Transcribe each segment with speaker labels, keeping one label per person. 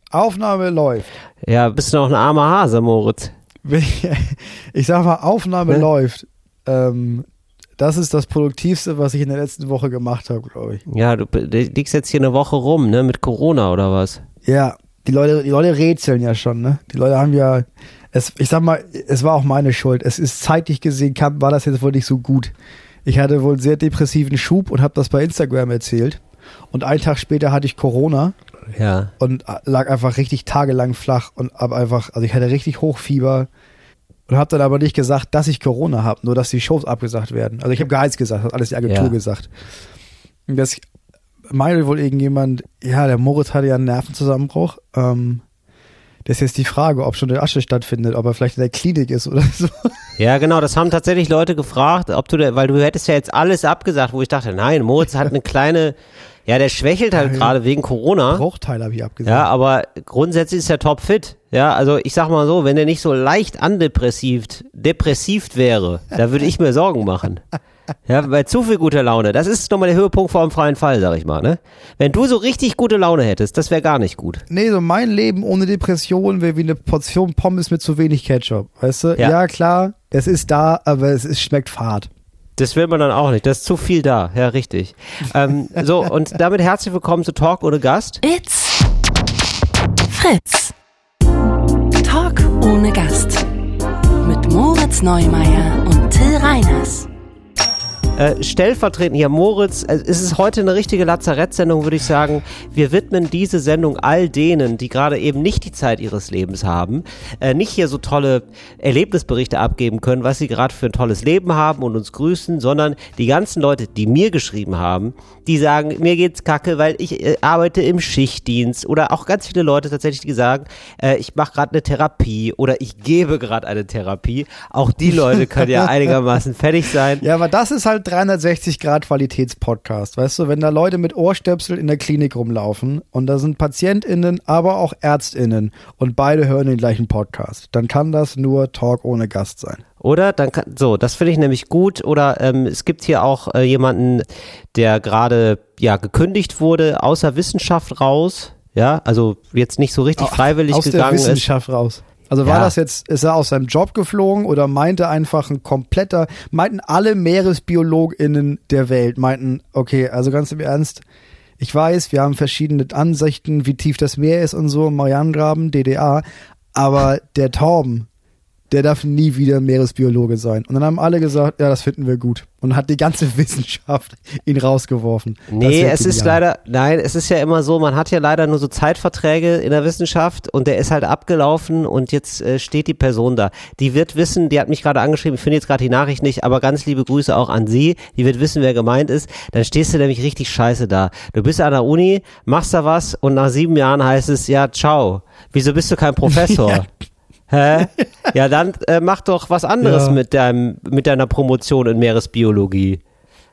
Speaker 1: Aufnahme läuft.
Speaker 2: Ja, bist du noch ein armer Hase, Moritz?
Speaker 1: Ich sag mal, Aufnahme läuft. Das ist das Produktivste, was ich in der letzten Woche gemacht habe, glaube ich.
Speaker 2: Ja, du liegst jetzt hier eine Woche rum, ne, mit Corona oder was?
Speaker 1: Ja, die Leute rätseln ja schon, ne? Die Leute haben ja, ich sag mal, es war auch meine Schuld. Es ist zeitlich gesehen, war das jetzt wohl nicht so gut. Ich hatte wohl einen sehr depressiven Schub und habe das bei Instagram erzählt. Und einen Tag später hatte ich Corona.
Speaker 2: Ja.
Speaker 1: Und lag einfach richtig tagelang flach und also ich hatte richtig Hochfieber und habe dann aber nicht gesagt, dass ich Corona habe, nur dass die Shows abgesagt werden. Also ich habe gar nichts gesagt, hat alles die Agentur gesagt. Und das meinte wohl irgendjemand, ja, der Moritz hatte ja einen Nervenzusammenbruch. Das ist jetzt die Frage, ob schon eine Asche stattfindet, ob er vielleicht in der Klinik ist oder so.
Speaker 2: Ja, genau, das haben tatsächlich Leute gefragt, weil du hättest ja jetzt alles abgesagt, wo ich dachte, nein, Moritz hat eine kleine, ja, der schwächelt halt gerade wegen Corona.
Speaker 1: Bruchteil habe ich abgesagt.
Speaker 2: Ja, aber grundsätzlich ist er topfit. Ja, also ich sag mal so, wenn er nicht so leicht depressiv wäre, da würde ich mir Sorgen machen. Ja, bei zu viel guter Laune. Das ist nochmal der Höhepunkt vor einem freien Fall, sag ich mal, ne? Wenn du so richtig gute Laune hättest, das wäre gar nicht gut.
Speaker 1: Nee, so mein Leben ohne Depression wäre wie eine Portion Pommes mit zu wenig Ketchup, weißt du? Ja klar, es ist da, aber es schmeckt fad.
Speaker 2: Das will man dann auch nicht, da ist zu viel da, ja, richtig. So, und damit herzlich willkommen zu Talk ohne Gast.
Speaker 3: It's Fritz. Talk ohne Gast. Mit Moritz Neumeier und Till Reiners.
Speaker 2: Stellvertretend hier, Moritz, es ist heute eine richtige Lazarettsendung, würde ich sagen. Wir widmen diese Sendung all denen, die gerade eben nicht die Zeit ihres Lebens haben, nicht hier so tolle Erlebnisberichte abgeben können, was sie gerade für ein tolles Leben haben und uns grüßen, sondern die ganzen Leute, die mir geschrieben haben, die sagen, mir geht's kacke, weil ich arbeite im Schichtdienst, oder auch ganz viele Leute tatsächlich, die sagen, ich mache gerade eine Therapie oder ich gebe gerade eine Therapie. Auch die Leute können ja einigermaßen fertig sein.
Speaker 1: Ja, aber das ist halt 360 Grad Qualitätspodcast, weißt du, wenn da Leute mit Ohrstöpsel in der Klinik rumlaufen und da sind PatientInnen, aber auch ÄrztInnen und beide hören den gleichen Podcast, dann kann das nur Talk ohne Gast sein.
Speaker 2: Oder? Das finde ich nämlich gut. Oder es gibt hier auch jemanden, der gerade gekündigt wurde, außer Wissenschaft raus. Ja, also jetzt nicht so richtig freiwillig
Speaker 1: aus
Speaker 2: gegangen
Speaker 1: der Wissenschaft
Speaker 2: ist.
Speaker 1: Raus. Also war das jetzt, ist er aus seinem Job geflogen oder meinten alle MeeresbiologInnen der Welt, okay, also ganz im Ernst, ich weiß, wir haben verschiedene Ansichten, wie tief das Meer ist und so, Marianengraben, DDR, aber der Torben, der darf nie wieder Meeresbiologe sein. Und dann haben alle gesagt, ja, das finden wir gut. Und hat die ganze Wissenschaft ihn rausgeworfen.
Speaker 2: Nee, es ist ja immer so, man hat ja leider nur so Zeitverträge in der Wissenschaft und der ist halt abgelaufen und jetzt steht die Person da. Die wird wissen, die hat mich gerade angeschrieben, ich finde jetzt gerade die Nachricht nicht, aber ganz liebe Grüße auch an sie, die wird wissen, wer gemeint ist. Dann stehst du nämlich richtig scheiße da. Du bist an der Uni, machst da was und nach 7 Jahren heißt es, ja, ciao. Wieso bist du kein Professor? Ja. Hä? Ja, dann mach doch was anderes mit deiner Promotion in Meeresbiologie.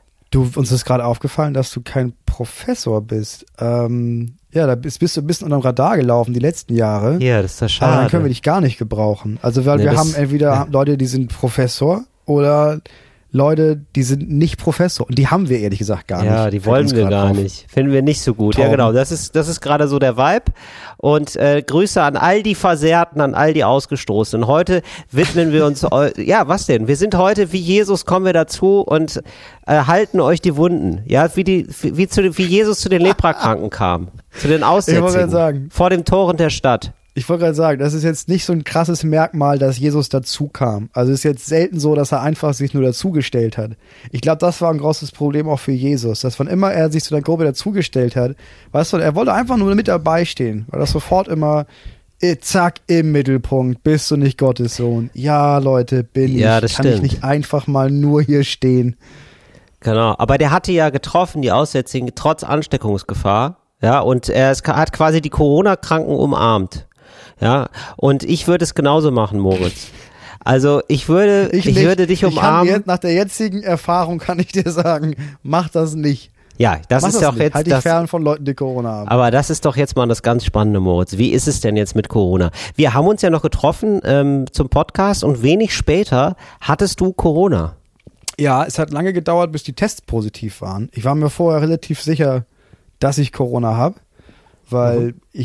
Speaker 1: Uns ist gerade aufgefallen, dass du kein Professor bist. Da bist du ein bisschen unterm Radar gelaufen die letzten Jahre.
Speaker 2: Ja, das ist ja schade.
Speaker 1: Aber dann können wir dich gar nicht gebrauchen. Also, weil wir haben entweder Leute, die sind Professor oder Leute, die sind nicht Professor. Und die haben wir ehrlich gesagt gar nicht.
Speaker 2: Ja, die wollen wir gar nicht. Finden wir nicht so gut. Torben. Ja, genau. Das ist gerade so der Vibe. Und Grüße an all die Versehrten, an all die Ausgestoßenen. Heute widmen wir uns, was denn? Wir sind heute, wie Jesus, kommen wir dazu und halten euch die Wunden. Ja, wie Jesus zu den Leprakranken kam. Zu den Aussätzigen.
Speaker 1: Ich wollte sagen.
Speaker 2: Vor dem Toren der Stadt.
Speaker 1: Ich wollte gerade sagen, das ist jetzt nicht so ein krasses Merkmal, dass Jesus dazu kam. Also es ist jetzt selten so, dass er einfach sich nur dazugestellt hat. Ich glaube, das war ein großes Problem auch für Jesus, dass wann immer er sich zu der Gruppe dazugestellt hat, weißt du, er wollte einfach nur mit dabei stehen, weil das sofort immer, zack, im Mittelpunkt, bist du nicht Gottes Sohn? Ja, Leute, bin ich.
Speaker 2: Das
Speaker 1: kann
Speaker 2: stimmt.
Speaker 1: Ich nicht einfach mal nur hier stehen?
Speaker 2: Genau, aber der hatte ja getroffen, die Aussätzigen, trotz Ansteckungsgefahr. Ja, und er hat quasi die Corona-Kranken umarmt. Ja, und ich würde es genauso machen, Moritz. Also ich würde dich umarmen.
Speaker 1: Nach der jetzigen Erfahrung kann ich dir sagen, mach das nicht.
Speaker 2: Ja, das ist ja auch jetzt.
Speaker 1: Halt dich fern von Leuten, die Corona haben.
Speaker 2: Aber das ist doch jetzt mal das ganz Spannende, Moritz. Wie ist es denn jetzt mit Corona? Wir haben uns ja noch getroffen zum Podcast und wenig später hattest du Corona.
Speaker 1: Ja, es hat lange gedauert, bis die Tests positiv waren. Ich war mir vorher relativ sicher, dass ich Corona habe, weil ich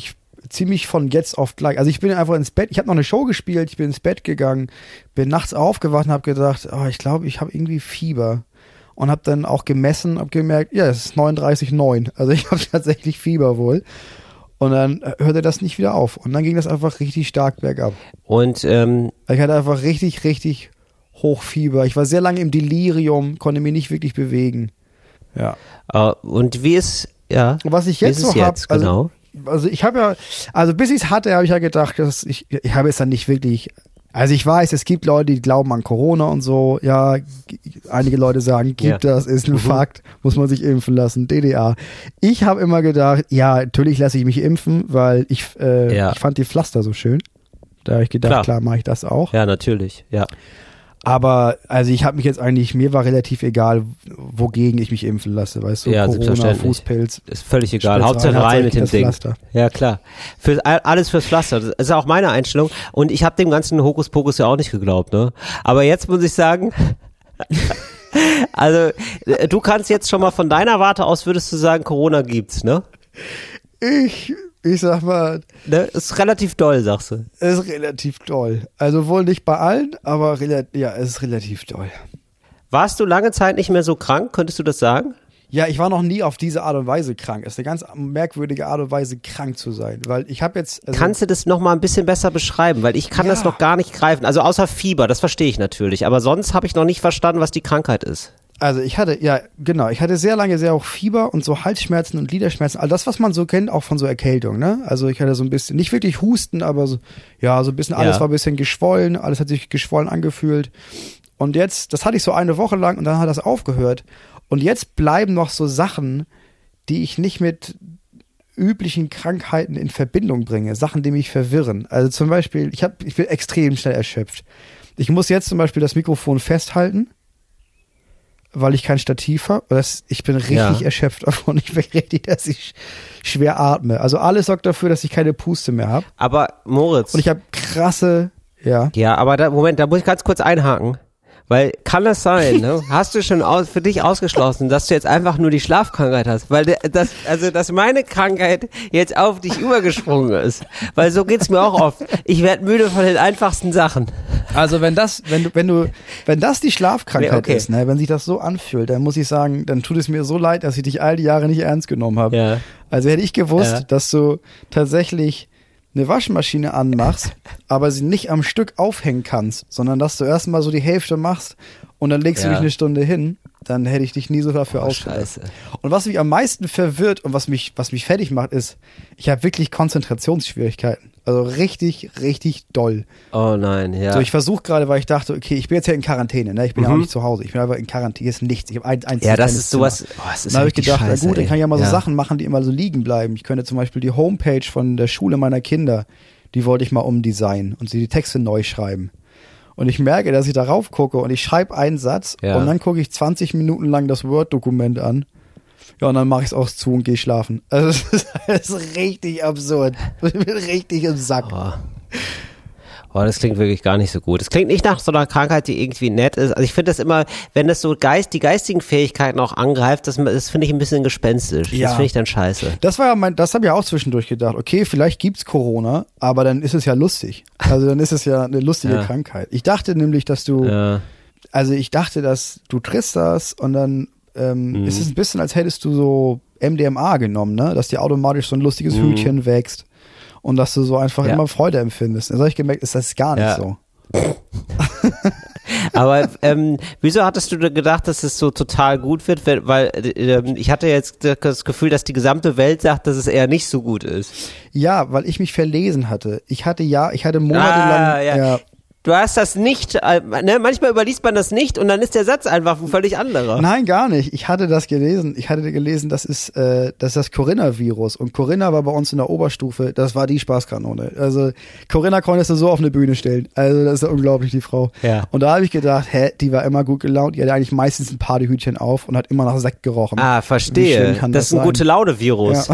Speaker 1: ziemlich von jetzt auf gleich. Also ich bin einfach ins Bett, ich habe noch eine Show gespielt, ich bin ins Bett gegangen, bin nachts aufgewacht und habe gedacht, ich glaube, ich habe irgendwie Fieber. Und habe dann auch gemessen, habe gemerkt, ja, es ist 39,9. Also ich habe tatsächlich Fieber wohl. Und dann hörte das nicht wieder auf. Und dann ging das einfach richtig stark bergab.
Speaker 2: Und
Speaker 1: ich hatte einfach richtig, richtig Hochfieber. Ich war sehr lange im Delirium, konnte mich nicht wirklich bewegen. Ja.
Speaker 2: Und wie ist, ja.
Speaker 1: Und was ich jetzt so habe,
Speaker 2: genau.
Speaker 1: Also ich habe ja, also bis ich es hatte, habe ich ja gedacht, dass ich habe es dann nicht wirklich. Also ich weiß, es gibt Leute, die glauben an Corona und so. Ja, einige Leute sagen, das, ist ein Fakt, muss man sich impfen lassen, DDR. Ich habe immer gedacht, ja, natürlich lasse ich mich impfen, weil ich fand die Pflaster so schön. Da habe ich gedacht, klar mache ich das auch.
Speaker 2: Ja, natürlich, ja.
Speaker 1: Aber, also ich habe mich jetzt eigentlich, mir war relativ egal, wogegen ich mich impfen lasse, weißt du,
Speaker 2: ja,
Speaker 1: Corona, Fußpilz.
Speaker 2: Ist völlig egal, Hauptsache rein mit dem Ding. Pflaster. Ja, klar. Alles fürs Pflaster, das ist auch meine Einstellung und ich habe dem ganzen Hokuspokus ja auch nicht geglaubt, ne? Aber jetzt muss ich sagen, also du kannst jetzt schon mal von deiner Warte aus, würdest du sagen, Corona gibt's, ne?
Speaker 1: Ich sag mal.
Speaker 2: Ne, ist relativ doll, sagst du.
Speaker 1: Ist relativ doll. Also wohl nicht bei allen, aber es ist relativ doll.
Speaker 2: Warst du lange Zeit nicht mehr so krank? Könntest du das sagen?
Speaker 1: Ja, ich war noch nie auf diese Art und Weise krank. Es ist eine ganz merkwürdige Art und Weise, krank zu sein. Weil ich habe jetzt.
Speaker 2: Kannst du das nochmal ein bisschen besser beschreiben? Weil ich kann das noch gar nicht greifen. Also außer Fieber, das verstehe ich natürlich. Aber sonst habe ich noch nicht verstanden, was die Krankheit ist.
Speaker 1: Also ich hatte sehr lange sehr auch Fieber und so Halsschmerzen und Gliederschmerzen, all das, was man so kennt, auch von so Erkältung, ne? Also ich hatte so ein bisschen, nicht wirklich Husten, aber so ein bisschen, alles war ein bisschen geschwollen, alles hat sich geschwollen angefühlt. Und jetzt, das hatte ich so eine Woche lang und dann hat das aufgehört. Und jetzt bleiben noch so Sachen, die ich nicht mit üblichen Krankheiten in Verbindung bringe, Sachen, die mich verwirren. Also zum Beispiel, ich bin extrem schnell erschöpft. Ich muss jetzt zum Beispiel das Mikrofon festhalten, weil ich kein Stativ habe. Ich bin richtig erschöpft davon. Ich bin richtig, dass ich schwer atme. Also alles sorgt dafür, dass ich keine Puste mehr habe.
Speaker 2: Aber Moritz.
Speaker 1: Und ich habe krasse,
Speaker 2: Ja, aber da muss ich ganz kurz einhaken. Weil, kann das sein, ne? Hast du schon für dich ausgeschlossen, dass du jetzt einfach nur die Schlafkrankheit hast? Weil dass meine Krankheit jetzt auf dich übergesprungen ist. Weil so geht's mir auch oft. Ich werde müde von den einfachsten Sachen.
Speaker 1: Also wenn das die Schlafkrankheit ist, ne, wenn sich das so anfühlt, dann muss ich sagen, dann tut es mir so leid, dass ich dich all die Jahre nicht ernst genommen habe.
Speaker 2: Ja.
Speaker 1: Also hätte ich gewusst, dass du tatsächlich eine Waschmaschine anmachst, aber sie nicht am Stück aufhängen kannst, sondern dass du erstmal so die Hälfte machst und dann legst du dich eine Stunde hin, dann hätte ich dich nie so dafür ausgelassen. Und was mich am meisten verwirrt und was mich fertig macht, ist, ich habe wirklich Konzentrationsschwierigkeiten. Also richtig, richtig doll.
Speaker 2: Oh nein, ja.
Speaker 1: So, ich versuche gerade, weil ich dachte, okay, ich bin jetzt ja in Quarantäne, ne? Ich bin ja auch nicht zu Hause. Ich bin einfach in Quarantäne, hier ist nichts. Ich habe ein
Speaker 2: Ja, das ist sowas. Das ist
Speaker 1: dann habe ich gedacht,
Speaker 2: scheiße,
Speaker 1: na gut, dann kann ich ja mal so Sachen machen, die immer so liegen bleiben. Ich könnte zum Beispiel die Homepage von der Schule meiner Kinder, die wollte ich mal umdesignen und sie die Texte neu schreiben. Und ich merke, dass ich darauf gucke und ich schreibe einen Satz und dann gucke ich 20 Minuten lang das Word-Dokument an. Ja, und dann mache ich es auch zu und gehe schlafen. Also das ist richtig absurd. Ich bin richtig im Sack.
Speaker 2: Oh, das klingt wirklich gar nicht so gut. Das klingt nicht nach so einer Krankheit, die irgendwie nett ist. Also ich finde das immer, wenn das so die geistigen Fähigkeiten auch angreift, das finde ich ein bisschen gespenstisch. Ja. Das finde ich dann scheiße.
Speaker 1: Das habe ich auch zwischendurch gedacht. Okay, vielleicht gibt's Corona, aber dann ist es ja lustig. Also dann ist es ja eine lustige Krankheit. Ich dachte nämlich, dass du triffst das und dann ist es ein bisschen, als hättest du so MDMA genommen, ne? Dass dir automatisch so ein lustiges Hütchen wächst und dass du so einfach immer Freude empfindest. Dann habe ich gemerkt, ist das gar nicht so.
Speaker 2: Aber wieso hattest du gedacht, dass es so total gut wird? Weil ich hatte jetzt das Gefühl, dass die gesamte Welt sagt, dass es eher nicht so gut ist.
Speaker 1: Ja, weil ich mich verlesen hatte. Ich hatte monatelang...
Speaker 2: Du hast das nicht, ne? Manchmal überliest man das nicht und dann ist der Satz einfach ein völlig anderer.
Speaker 1: Nein, gar nicht. Ich hatte das gelesen. Ich hatte gelesen, das ist das Corinna-Virus. Und Corinna war bei uns in der Oberstufe, das war die Spaßkanone. Also Corinna konntest du so auf eine Bühne stellen. Also das ist ja unglaublich, die Frau.
Speaker 2: Ja.
Speaker 1: Und da habe ich gedacht, die war immer gut gelaunt. Die hatte eigentlich meistens ein Partyhütchen auf und hat immer nach Sekt gerochen.
Speaker 2: Ah, verstehe. Das ist ein gute Laune-Virus.
Speaker 1: Ja.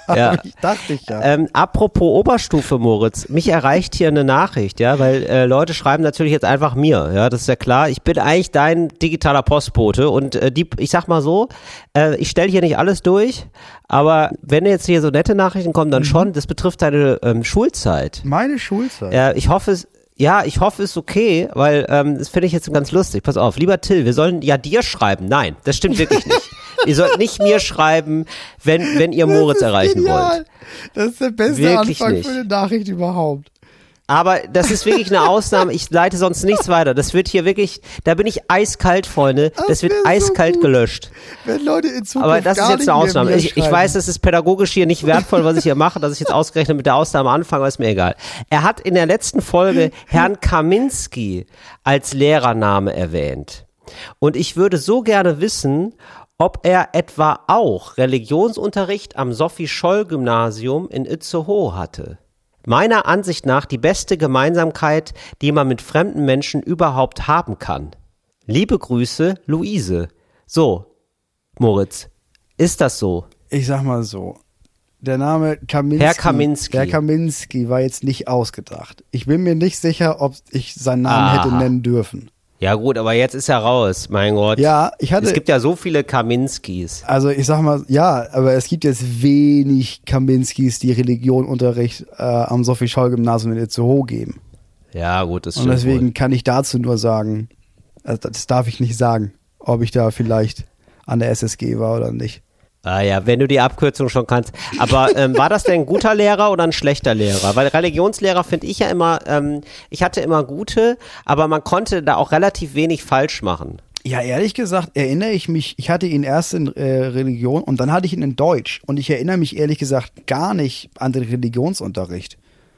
Speaker 2: Ja.
Speaker 1: Dachte ich ja.
Speaker 2: Apropos Oberstufe, Moritz, mich erreicht hier eine Nachricht, ja, weil Leute schreiben natürlich jetzt einfach mir, ja, das ist ja klar. Ich bin eigentlich dein digitaler Postbote und ich sag mal so, ich stelle hier nicht alles durch, aber wenn jetzt hier so nette Nachrichten kommen, dann schon, das betrifft deine Schulzeit.
Speaker 1: Meine Schulzeit?
Speaker 2: Ich hoffe es ist okay, weil das finde ich jetzt ganz lustig. Pass auf, lieber Till, wir sollen ja dir schreiben. Nein, das stimmt wirklich nicht. Ihr sollt nicht mir schreiben, wenn ihr Moritz erreichen wollt.
Speaker 1: Das ist der beste
Speaker 2: wirklich
Speaker 1: Anfang
Speaker 2: nicht.
Speaker 1: für eine Nachricht überhaupt.
Speaker 2: Aber das ist wirklich eine Ausnahme. Ich leite sonst nichts weiter. Das wird hier wirklich, da bin ich eiskalt, Freunde. Das wird eiskalt gelöscht.
Speaker 1: Wenn Leute in Zukunft
Speaker 2: Aber das ist jetzt eine Ausnahme. Ich weiß, es ist pädagogisch hier nicht wertvoll, was ich hier mache, dass ich jetzt ausgerechnet mit der Ausnahme anfange, aber ist mir egal. Er hat in der letzten Folge Herrn Kaminski als Lehrername erwähnt. Und ich würde so gerne wissen, ob er etwa auch Religionsunterricht am Sophie-Scholl-Gymnasium in Itzehoe hatte. Meiner Ansicht nach die beste Gemeinsamkeit, die man mit fremden Menschen überhaupt haben kann. Liebe Grüße, Luise. So, Moritz, ist das so?
Speaker 1: Ich sag mal so, der Name Kaminski,
Speaker 2: Herr Kaminski.
Speaker 1: der Kaminski war jetzt nicht ausgedacht. Ich bin mir nicht sicher, ob ich seinen Namen hätte nennen dürfen.
Speaker 2: Ja gut, aber jetzt ist er raus, mein Gott.
Speaker 1: Ja,
Speaker 2: es gibt ja so viele Kaminskis.
Speaker 1: Also ich sag mal, ja, aber es gibt jetzt wenig Kaminskis, die Religionunterricht am Sophie-Scholl-Gymnasium in Itzehoe geben.
Speaker 2: Ja gut, das stimmt.
Speaker 1: Und deswegen kann ich dazu nur sagen, also das darf ich nicht sagen, ob ich da vielleicht an der SSG war oder nicht.
Speaker 2: Ah ja, wenn du die Abkürzung schon kannst. Aber war das denn ein guter Lehrer oder ein schlechter Lehrer? Weil Religionslehrer finde ich ja immer, ich hatte immer gute, aber man konnte da auch relativ wenig falsch machen.
Speaker 1: Ja, ehrlich gesagt erinnere ich mich, ich hatte ihn erst in Religion und dann hatte ich ihn in Deutsch. Und ich erinnere mich ehrlich gesagt gar nicht an den Religionsunterricht.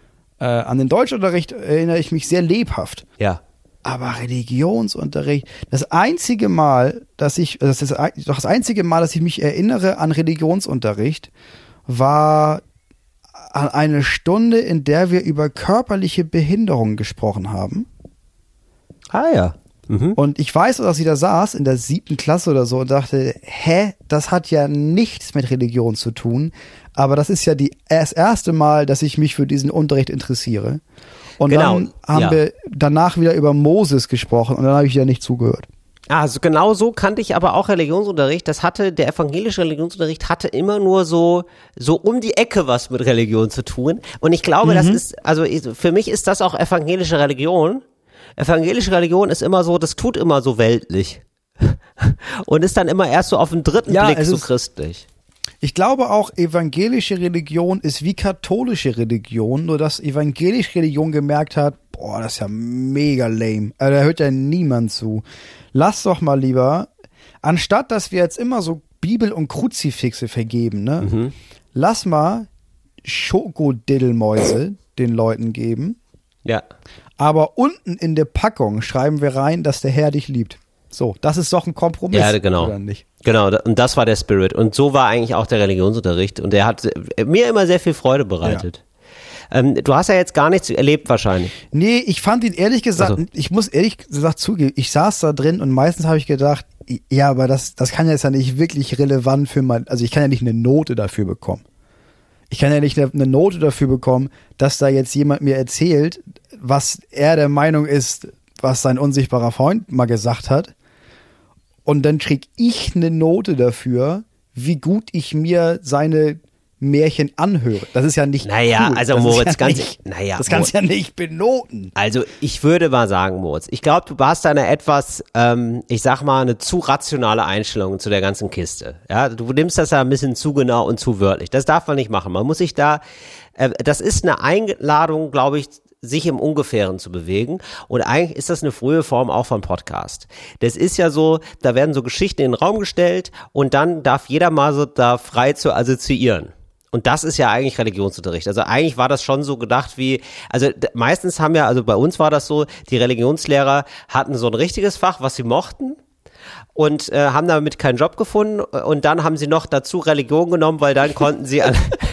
Speaker 1: An den Deutschunterricht erinnere ich mich sehr lebhaft.
Speaker 2: Ja.
Speaker 1: Aber Religionsunterricht, das einzige Mal, dass ich mich erinnere an Religionsunterricht, war an eine Stunde, in der wir über körperliche Behinderung gesprochen haben.
Speaker 2: Ah ja. Mhm.
Speaker 1: Und ich weiß, dass ich da saß in der 7. Klasse oder so und dachte, das hat ja nichts mit Religion zu tun, aber das ist ja das erste Mal, dass ich mich für diesen Unterricht interessiere. Und dann haben wir danach wieder über Moses gesprochen und dann habe ich ja nicht zugehört.
Speaker 2: Also genau so kannte ich aber auch Religionsunterricht. Der evangelische Religionsunterricht hatte immer nur so um die Ecke was mit Religion zu tun. Und ich glaube, das ist, also für mich ist das auch evangelische Religion. Evangelische Religion ist immer so, das tut immer so weltlich. Und ist dann immer erst so auf den dritten Blick so christlich.
Speaker 1: Ich glaube auch, evangelische Religion ist wie katholische Religion, nur dass evangelische Religion gemerkt hat, boah, das ist ja mega lame. Also, da hört ja niemand zu. Lass doch mal lieber, anstatt dass wir jetzt immer so Bibel und Kruzifixe vergeben, ne? Lass mal Schokodiddelmäuse den Leuten geben.
Speaker 2: Ja.
Speaker 1: Aber unten in der Packung schreiben wir rein, dass der Herr dich liebt. So, das ist doch ein Kompromiss,
Speaker 2: ja, genau.
Speaker 1: oder nicht?
Speaker 2: Genau, und das war der Spirit. Und so war eigentlich auch der Religionsunterricht. Und der hat mir immer sehr viel Freude bereitet. Ja. Du hast ja jetzt gar nichts erlebt wahrscheinlich.
Speaker 1: Nee, ich fand ihn ehrlich gesagt, ich muss ehrlich gesagt zugeben, ich saß da drin und meistens habe ich gedacht, ja, aber das kann jetzt ja nicht wirklich relevant für also ich kann ja nicht eine Note dafür bekommen. Ich kann ja nicht eine Note dafür bekommen, dass da jetzt jemand mir erzählt, was er der Meinung ist, was sein unsichtbarer Freund mal gesagt hat. Und dann krieg ich eine Note dafür, wie gut ich mir seine Märchen anhöre. Das ist ja nicht
Speaker 2: Naja,
Speaker 1: cool.
Speaker 2: Also
Speaker 1: das
Speaker 2: Moritz,
Speaker 1: das kannst du ja nicht benoten.
Speaker 2: Also ich würde mal sagen, Moritz, ich glaube, du hast da eine etwas, ich sag mal, eine zu rationale Einstellung zu der ganzen Kiste. Ja, du nimmst das ja ein bisschen zu genau und zu wörtlich. Das darf man nicht machen. Man muss sich da, das ist eine Einladung, glaube ich, sich im Ungefähren zu bewegen. Und eigentlich ist das eine frühe Form auch von Podcast. Das ist ja so, da werden so Geschichten in den Raum gestellt und dann darf jeder mal so da frei zu assoziieren. Und das ist ja eigentlich Religionsunterricht. Also eigentlich war das schon so gedacht wie, also meistens haben ja, also bei uns war das so, die Religionslehrer hatten so ein richtiges Fach, was sie mochten. und haben damit keinen Job gefunden und dann haben sie noch dazu Religion genommen, weil dann konnten sie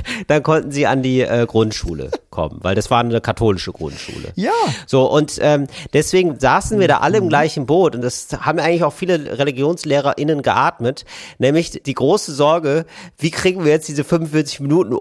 Speaker 2: an die Grundschule kommen, weil das war eine katholische Grundschule.
Speaker 1: Ja.
Speaker 2: So und deswegen saßen wir da alle im gleichen Boot und das haben eigentlich auch viele ReligionslehrerInnen geatmet, nämlich die große Sorge, wie kriegen wir jetzt diese 45 Minuten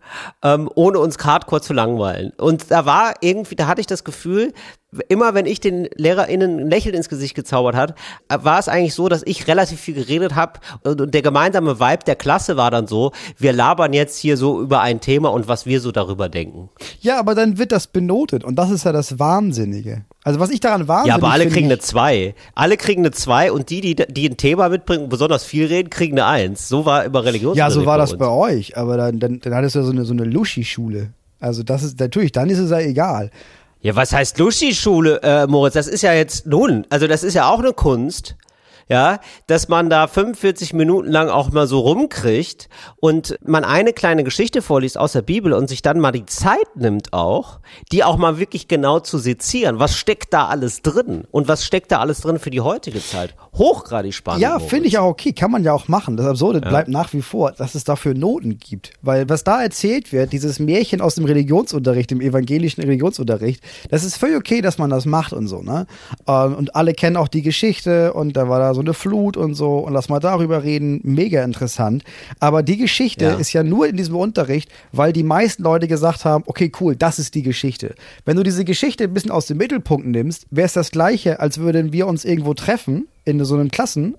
Speaker 2: ohne uns hardcore zu langweilen. Und da hatte ich das Gefühl, immer wenn ich den LehrerInnen ein Lächeln ins Gesicht gezaubert hat, war es eigentlich so, dass ich relativ viel geredet habe und der gemeinsame Vibe der Klasse war dann so, wir labern jetzt hier so über ein Thema und was wir so darüber denken.
Speaker 1: Ja, aber dann wird das benotet und das ist ja das Wahnsinnige. Also was ich daran wahnsinnig finde.
Speaker 2: Ja, aber alle kriegen eine 2. Alle kriegen eine 2 und die ein Thema mitbringen und besonders viel reden, kriegen eine 1. So war über Religionsunterricht.
Speaker 1: Ja, so war das bei euch, aber dann hattest du ja so eine Luschi-Schule. Also das ist natürlich, dann ist es ja egal.
Speaker 2: Ja, was heißt Luschi-Schule, Moritz? Das ist ja jetzt das ist ja auch eine Kunst. Ja, dass man da 45 Minuten lang auch mal so rumkriegt und man eine kleine Geschichte vorliest aus der Bibel und sich dann mal die Zeit nimmt auch, die auch mal wirklich genau zu sezieren. Was steckt da alles drin? Und was steckt da alles drin für die heutige Zeit? Hochgradig spannend.
Speaker 1: Ja, finde ich auch okay. Kann man ja auch machen. Das Absurde bleibt nach wie vor, dass es dafür Noten gibt. Weil was da erzählt wird, dieses Märchen aus dem Religionsunterricht, dem evangelischen Religionsunterricht, das ist völlig okay, dass man das macht und so, ne? Und alle kennen auch die Geschichte und da war da so eine Flut und so und lass mal darüber reden, mega interessant. Aber die Geschichte ist ja nur in diesem Unterricht, weil die meisten Leute gesagt haben, okay, cool, das ist die Geschichte. Wenn du diese Geschichte ein bisschen aus dem Mittelpunkt nimmst, wäre es das Gleiche, als würden wir uns irgendwo treffen in so einer Klasse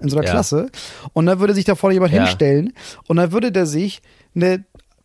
Speaker 1: und dann würde sich da vorne jemand hinstellen und dann würde der sich eine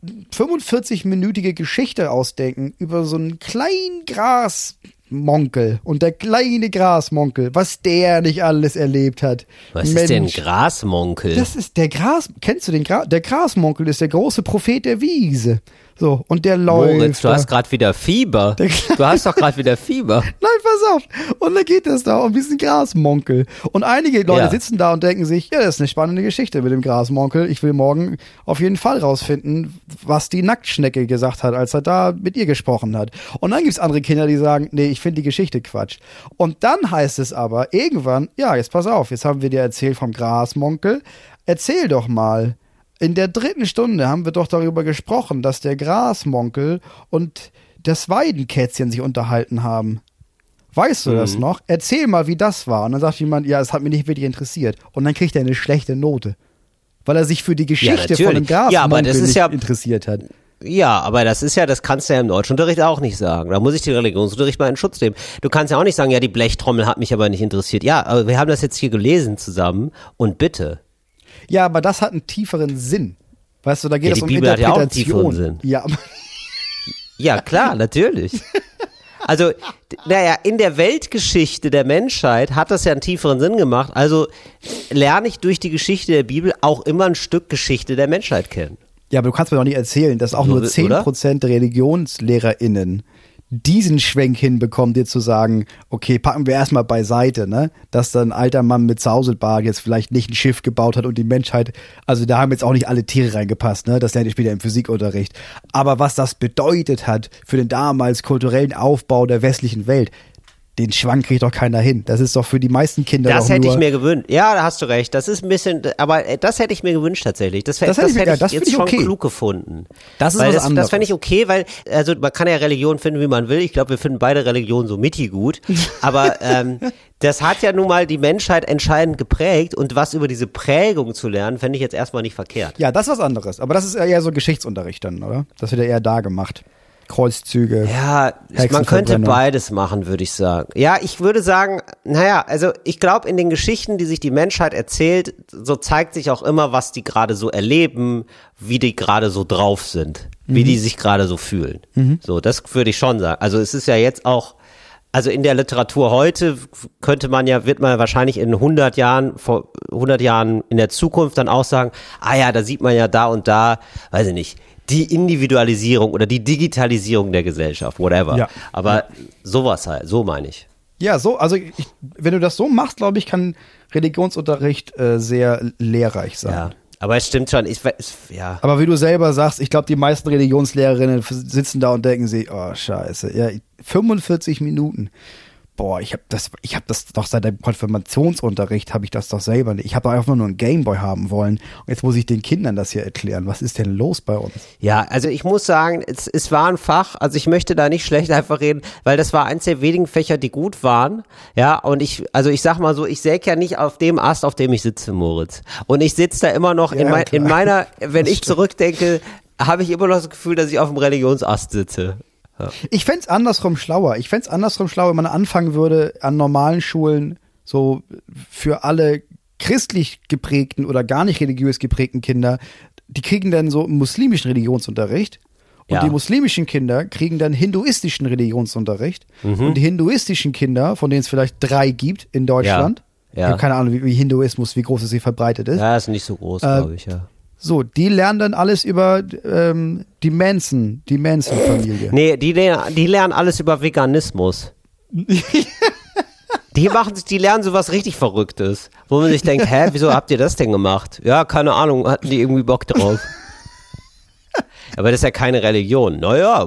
Speaker 1: 45-minütige Geschichte ausdenken über so einen kleinen Grasmonkel und der kleine Grasmonkel, was der nicht alles erlebt hat.
Speaker 2: Was ist denn Grasmonkel?
Speaker 1: Das ist kennst du den der Grasmonkel ist der große Prophet der Wiese. So, und der läuft.
Speaker 2: Moritz, du hast gerade wieder Fieber. Du hast doch gerade wieder Fieber.
Speaker 1: Nein, pass auf. Und dann geht es da um diesen Grasmonkel. Und einige Leute sitzen da und denken sich, ja, das ist eine spannende Geschichte mit dem Grasmonkel. Ich will morgen auf jeden Fall rausfinden, was die Nacktschnecke gesagt hat, als er da mit ihr gesprochen hat. Und dann gibt es andere Kinder, die sagen, nee, ich finde die Geschichte Quatsch. Und dann heißt es aber irgendwann, ja, jetzt pass auf, jetzt haben wir dir erzählt vom Grasmonkel. Erzähl doch mal. In der 3. Stunde haben wir doch darüber gesprochen, dass der Grasmonkel und das Weidenkätzchen sich unterhalten haben. Weißt du das noch? Erzähl mal, wie das war. Und dann sagt jemand, ja, es hat mich nicht wirklich interessiert. Und dann kriegt er eine schlechte Note. Weil er sich für die Geschichte von dem Grasmonkel nicht interessiert hat.
Speaker 2: Ja, aber das kannst du ja im Deutschunterricht auch nicht sagen. Da muss ich den Religionsunterricht mal in Schutz nehmen. Du kannst ja auch nicht sagen, ja, die Blechtrommel hat mich aber nicht interessiert. Ja, aber wir haben das jetzt hier gelesen zusammen und bitte.
Speaker 1: Ja, aber das hat einen tieferen Sinn. Weißt du, da geht es um
Speaker 2: Bibel
Speaker 1: Interpretation.
Speaker 2: Hat ja auch einen tieferen Sinn.
Speaker 1: Ja,
Speaker 2: ja, klar, natürlich. Also, naja, in der Weltgeschichte der Menschheit hat das ja einen tieferen Sinn gemacht. Also lerne ich durch die Geschichte der Bibel auch immer ein Stück Geschichte der Menschheit kennen.
Speaker 1: Ja, aber du kannst mir doch nicht erzählen, dass auch nur 10% der ReligionslehrerInnen diesen Schwenk hinbekommen, dir zu sagen, okay, packen wir erstmal beiseite, ne? Dass dann ein alter Mann mit Zauselbart jetzt vielleicht nicht ein Schiff gebaut hat und die Menschheit, also da haben jetzt auch nicht alle Tiere reingepasst, ne? Das lerne ich später im Physikunterricht. Aber was das bedeutet hat für den damals kulturellen Aufbau der westlichen Welt, den Schwank kriegt doch keiner hin. Das ist doch für die meisten Kinder
Speaker 2: das hätte ich mir gewünscht. Ja, da hast du recht. Das ist ein bisschen, aber das hätte ich mir gewünscht tatsächlich. Das hätte ich jetzt schon klug gefunden.
Speaker 1: Das ist was anderes.
Speaker 2: Das fände ich okay, weil, also man kann ja Religion finden, wie man will. Ich glaube, wir finden beide Religionen so mittig gut. Aber das hat ja nun mal die Menschheit entscheidend geprägt und was über diese Prägung zu lernen, fände ich jetzt erstmal nicht verkehrt.
Speaker 1: Ja, das ist was anderes. Aber das ist eher so Geschichtsunterricht dann, oder? Das wird ja eher da gemacht. Kreuzzüge.
Speaker 2: Ja, man könnte beides machen, würde ich sagen. Ja, ich würde sagen, naja, also ich glaube, in den Geschichten, die sich die Menschheit erzählt, so zeigt sich auch immer, was die gerade so erleben, wie die gerade so drauf sind, wie die sich gerade so fühlen. So, das würde ich schon sagen. Also es ist ja jetzt auch, also in der Literatur heute wird man wahrscheinlich in 100 Jahren in der Zukunft dann auch sagen, ah ja, da sieht man ja da und da, weiß ich nicht, die Individualisierung oder die Digitalisierung der Gesellschaft, whatever. Ja. Aber sowas halt, so meine ich.
Speaker 1: Ja, so, also wenn du das so machst, glaube ich, kann Religionsunterricht sehr lehrreich sein.
Speaker 2: Ja, aber es stimmt schon. Ja.
Speaker 1: Aber wie du selber sagst, ich glaube, die meisten Religionslehrerinnen sitzen da und denken sich, oh scheiße, ja, 45 Minuten. Boah, ich hab das doch seit dem Konfirmationsunterricht habe ich das doch selber nicht. Ich habe einfach nur einen Gameboy haben wollen. Und jetzt muss ich den Kindern das hier erklären. Was ist denn los bei uns?
Speaker 2: Ja, also ich muss sagen, es war ein Fach, also ich möchte da nicht schlecht einfach reden, weil das war eins der wenigen Fächer, die gut waren. Ja, und ich sag mal so, ich säg ja nicht auf dem Ast, auf dem ich sitze, Moritz. Und ich sitze da immer noch in meiner, wenn ich zurückdenke, habe ich immer noch das Gefühl, dass ich auf dem Religionsast sitze. Ja.
Speaker 1: Ich fänd's andersrum schlauer. Wenn man anfangen würde, an normalen Schulen so für alle christlich geprägten oder gar nicht religiös geprägten Kinder, die kriegen dann so muslimischen Religionsunterricht. Und die muslimischen Kinder kriegen dann hinduistischen Religionsunterricht. Und die hinduistischen Kinder, von denen es vielleicht 3 gibt in Deutschland, ich habe keine Ahnung, wie Hinduismus, wie groß es hier verbreitet ist.
Speaker 2: Ja, ist nicht so groß, glaube ich, ja.
Speaker 1: So, die lernen dann alles über die Manson-Familie.
Speaker 2: Nee, die lernen alles über Veganismus. Die lernen sowas richtig Verrücktes, wo man sich denkt, wieso habt ihr das denn gemacht? Ja, keine Ahnung, hatten die irgendwie Bock drauf. Aber das ist ja keine Religion. Naja,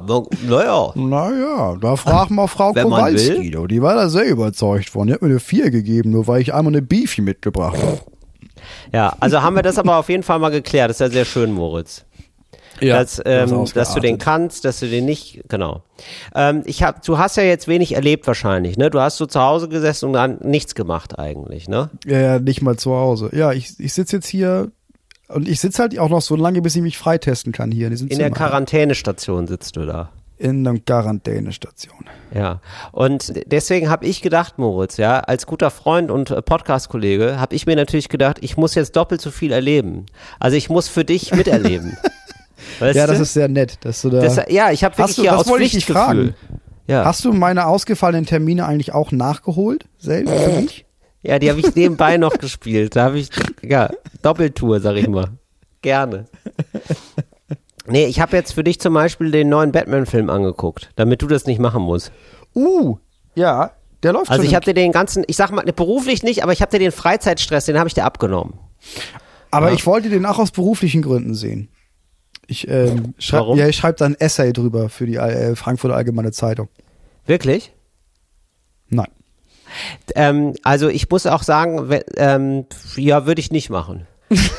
Speaker 1: da fragt mal Frau Kowalski. Die war da sehr überzeugt von. Die hat mir eine 4 gegeben, nur weil ich einmal eine Beefy mitgebracht habe.
Speaker 2: Ja, also haben wir das aber auf jeden Fall mal geklärt. Das ist ja sehr schön, Moritz. Ja, dass du den kannst, dass du den nicht, genau. Du hast ja jetzt wenig erlebt wahrscheinlich, ne? Du hast so zu Hause gesessen und dann nichts gemacht eigentlich, ne?
Speaker 1: Ja, nicht mal zu Hause. Ja, ich sitze jetzt hier und ich sitze halt auch noch so lange, bis ich mich freitesten kann hier.
Speaker 2: In der Quarantänestation sitzt du da.
Speaker 1: In der Quarantänestation.
Speaker 2: Ja, und deswegen habe ich gedacht, Moritz, ja, als guter Freund und Podcast-Kollege, habe ich mir natürlich gedacht, ich muss jetzt doppelt so viel erleben. Also ich muss für dich miterleben. Weißt
Speaker 1: ja,
Speaker 2: du?
Speaker 1: Das ist sehr nett, dass du da...
Speaker 2: ich habe wirklich hier aus Pflichtgefühl. Ja.
Speaker 1: Hast du meine ausgefallenen Termine eigentlich auch nachgeholt, selbst für mich?
Speaker 2: Ja, die habe ich nebenbei noch gespielt. Da habe ich, Doppeltour, sag ich mal. Gerne. Nee, ich habe jetzt für dich zum Beispiel den neuen Batman-Film angeguckt, damit du das nicht machen musst.
Speaker 1: Ja, der läuft schon.
Speaker 2: Also ich habe dir den ganzen, ich sag mal, beruflich nicht, aber ich habe dir den Freizeitstress, den habe ich dir abgenommen.
Speaker 1: Aber ich wollte den auch aus beruflichen Gründen sehen. Ich schreibe da ein Essay drüber für die Frankfurter Allgemeine Zeitung.
Speaker 2: Wirklich?
Speaker 1: Nein.
Speaker 2: Also ich muss auch sagen, würde ich nicht machen.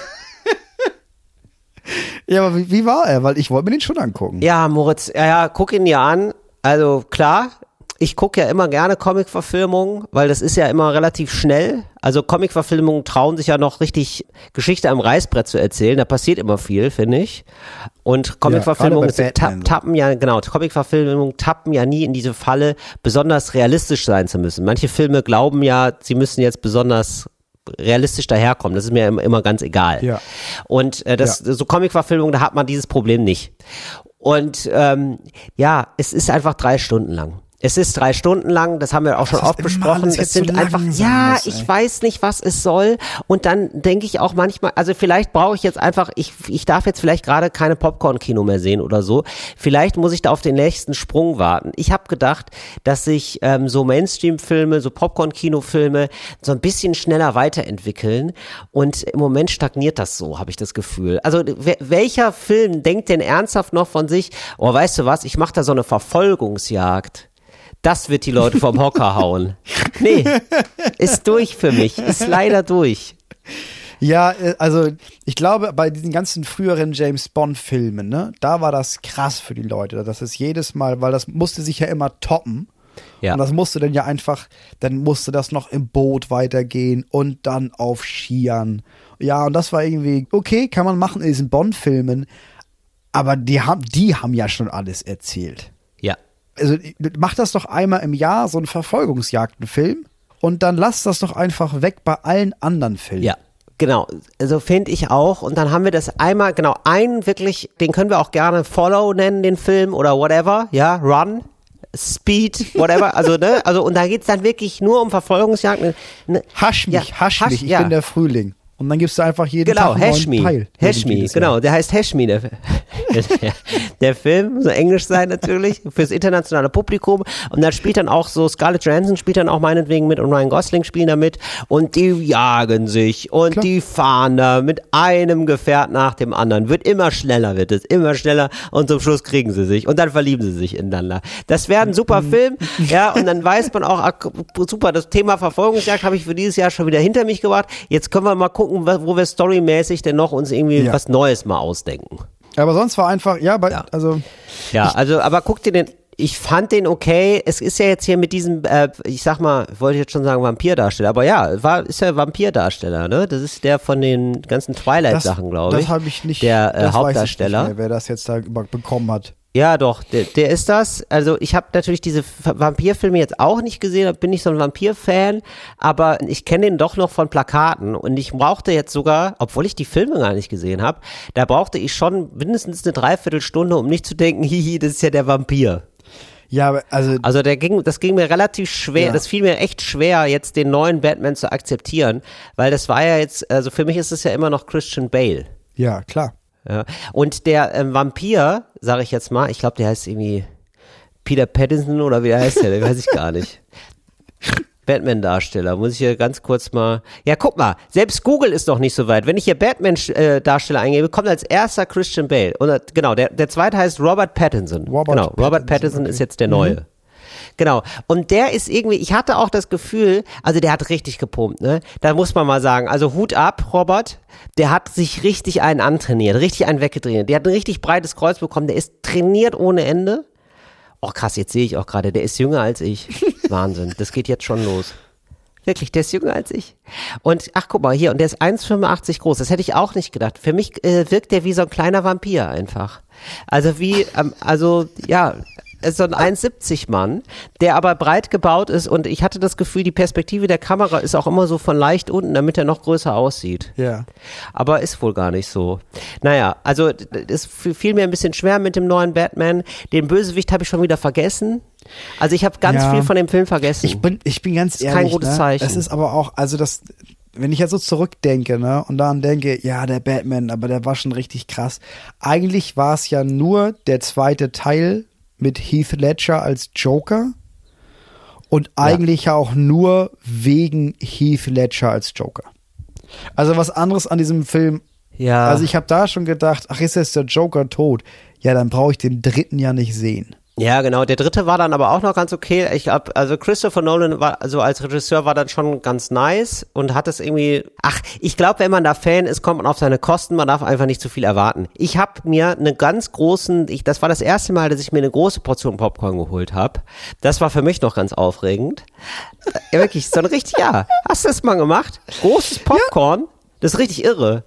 Speaker 1: Ja, aber wie war er? Weil ich wollte mir den schon angucken.
Speaker 2: Ja, Moritz, guck ihn dir an. Also klar, ich gucke ja immer gerne Comic-Verfilmungen, weil das ist ja immer relativ schnell. Also Comic-Verfilmungen trauen sich ja noch richtig Geschichte am Reißbrett zu erzählen. Da passiert immer viel, finde ich. Und Comic-Verfilmungen Comic-Verfilmungen tappen ja nie in diese Falle, besonders realistisch sein zu müssen. Manche Filme glauben ja, sie müssen jetzt besonders realistisch daherkommen. Das ist mir immer ganz egal. Ja. Und so Comic-Verfilmungen, da hat man dieses Problem nicht. Und es ist einfach 3 Stunden lang. Es ist 3 Stunden lang, das haben wir auch schon oft besprochen. Es sind einfach, ich weiß nicht, was es soll. Und dann denke ich auch manchmal, also vielleicht brauche ich jetzt einfach, ich darf jetzt vielleicht gerade keine Popcorn-Kino mehr sehen oder so. Vielleicht muss ich da auf den nächsten Sprung warten. Ich habe gedacht, dass sich so Mainstream-Filme, so Popcorn-Kino-Filme so ein bisschen schneller weiterentwickeln. Und im Moment stagniert das so, habe ich das Gefühl. Also welcher Film denkt denn ernsthaft noch von sich, oh, weißt du was, ich mache da so eine Verfolgungsjagd. Das wird die Leute vom Hocker hauen. Nee, ist durch für mich, ist leider durch.
Speaker 1: Ja, also ich glaube, bei diesen ganzen früheren James-Bond-Filmen, ne, da war das krass für die Leute. Das ist jedes Mal, weil das musste sich ja immer toppen. Ja. Und das musste dann ja einfach, dann musste das noch im Boot weitergehen und dann auf Skiern. Ja, und das war irgendwie, okay, kann man machen in diesen Bond-Filmen, aber die haben ja schon alles erzählt. Also mach das doch einmal im Jahr, so einen Verfolgungsjagdenfilm, und dann lass das doch einfach weg bei allen anderen Filmen.
Speaker 2: Ja, genau. Also finde ich auch. Und dann haben wir das einmal, genau, einen wirklich, den können wir auch gerne Follow nennen, den Film, oder whatever, ja, Run, Speed, whatever, und da geht's dann wirklich nur um Verfolgungsjagden.
Speaker 1: Hasch mich, ich bin der Frühling. Und dann gibst du einfach jeden
Speaker 2: Genau,
Speaker 1: Tag einen neuen Teil.
Speaker 2: Hashmi, genau, der heißt Hashmi, der Film, so englisch sein natürlich, fürs internationale Publikum. Und da spielt dann auch so, Scarlett Johansson spielt dann auch meinetwegen mit und Ryan Gosling spielen da mit. Und die jagen sich und
Speaker 1: Klar.
Speaker 2: die fahren da mit einem Gefährt nach dem anderen. Wird es immer schneller und zum Schluss kriegen sie sich und dann verlieben sie sich ineinander. Das wäre ein super Film, ja, und dann weiß man auch, super, das Thema Verfolgungsjagd habe ich für dieses Jahr schon wieder hinter mich gebracht. Jetzt können wir mal gucken, wo wir storymäßig denn noch uns irgendwie was Neues mal ausdenken.
Speaker 1: Aber sonst war einfach, aber guck dir den, ich fand den okay, es ist ja jetzt hier mit diesem, ich sag mal, wollte ich jetzt schon sagen Vampirdarsteller, aber ja, ist ja Vampirdarsteller, ne? Das ist der von den ganzen Twilight-Sachen, glaube ich. Das habe ich nicht,
Speaker 2: der Hauptdarsteller.
Speaker 1: Weiß ich nicht mehr, wer das jetzt da bekommen hat.
Speaker 2: Ja, doch, der ist das. Also ich habe natürlich diese Vampirfilme jetzt auch nicht gesehen, bin nicht so ein Vampir-Fan, aber ich kenne den doch noch von Plakaten und ich brauchte jetzt sogar, obwohl ich die Filme gar nicht gesehen habe, da brauchte ich schon mindestens eine Dreiviertelstunde, um nicht zu denken, hihi, das ist ja der Vampir.
Speaker 1: Ja, also
Speaker 2: das ging mir relativ schwer, das fiel mir echt schwer, jetzt den neuen Batman zu akzeptieren, weil das war ja jetzt, also für mich ist es ja immer noch Christian Bale.
Speaker 1: Ja, klar.
Speaker 2: Ja. Und der Vampir, sage ich jetzt mal, ich glaube, der heißt irgendwie Peter Pattinson oder wie der heißt der weiß ich gar nicht. Batman-Darsteller, muss ich hier ganz kurz mal, ja guck mal, selbst Google ist noch nicht so weit. Wenn ich hier Batman-Darsteller eingebe, kommt als erster Christian Bale. Und, genau, der zweite heißt Robert Pattinson. Robert Pattinson okay. Ist jetzt der Neue. Genau. Und der ist irgendwie, ich hatte auch das Gefühl, also der hat richtig gepumpt, ne? Da muss man mal sagen, also Hut ab, Robert, der hat sich richtig einen antrainiert, richtig einen weggedreht. Der hat ein richtig breites Kreuz bekommen, der ist trainiert ohne Ende. Oh krass, jetzt sehe ich auch gerade, der ist jünger als ich. Wahnsinn, das geht jetzt schon los. Wirklich, der ist jünger als ich. Und ach guck mal hier, und der ist 1,85 groß, das hätte ich auch nicht gedacht. Für mich wirkt der wie so ein kleiner Vampir einfach. Also wie, ist so ein 1,70 Mann, der aber breit gebaut ist und ich hatte das Gefühl, die Perspektive der Kamera ist auch immer so von leicht unten, damit er noch größer aussieht.
Speaker 1: Ja.
Speaker 2: Aber ist wohl gar nicht so. Naja, also es fiel mir ein bisschen schwer mit dem neuen Batman. Den Bösewicht habe ich schon wieder vergessen. Also ich habe ganz viel von dem Film vergessen.
Speaker 1: Ich bin ganz ehrlich,
Speaker 2: das ist kein gutes Zeichen.
Speaker 1: Es ist aber auch, also das, wenn ich jetzt so zurückdenke, ne, und daran denke, ja, der Batman, aber der war schon richtig krass. Eigentlich war es ja nur der zweite Teil mit Heath Ledger als Joker und eigentlich ja auch nur wegen Heath Ledger als Joker. Also was anderes an diesem Film. Ja. Also ich habe da schon gedacht, ach, ist jetzt der Joker tot? Ja, dann brauche ich den dritten ja nicht sehen.
Speaker 2: Ja, genau. Der dritte war dann aber auch noch ganz okay. Ich glaube, also Christopher Nolan war, also als Regisseur war dann schon ganz nice und hat es irgendwie, ich glaube, wenn man da Fan ist, kommt man auf seine Kosten, man darf einfach nicht zu viel erwarten. Ich habe mir eine ganz großen, das war das erste Mal, dass ich mir eine große Portion Popcorn geholt habe. Das war für mich noch ganz aufregend. Ja, wirklich, so ein richtig, hast du das mal gemacht? Großes Popcorn? Ja. Das ist richtig irre.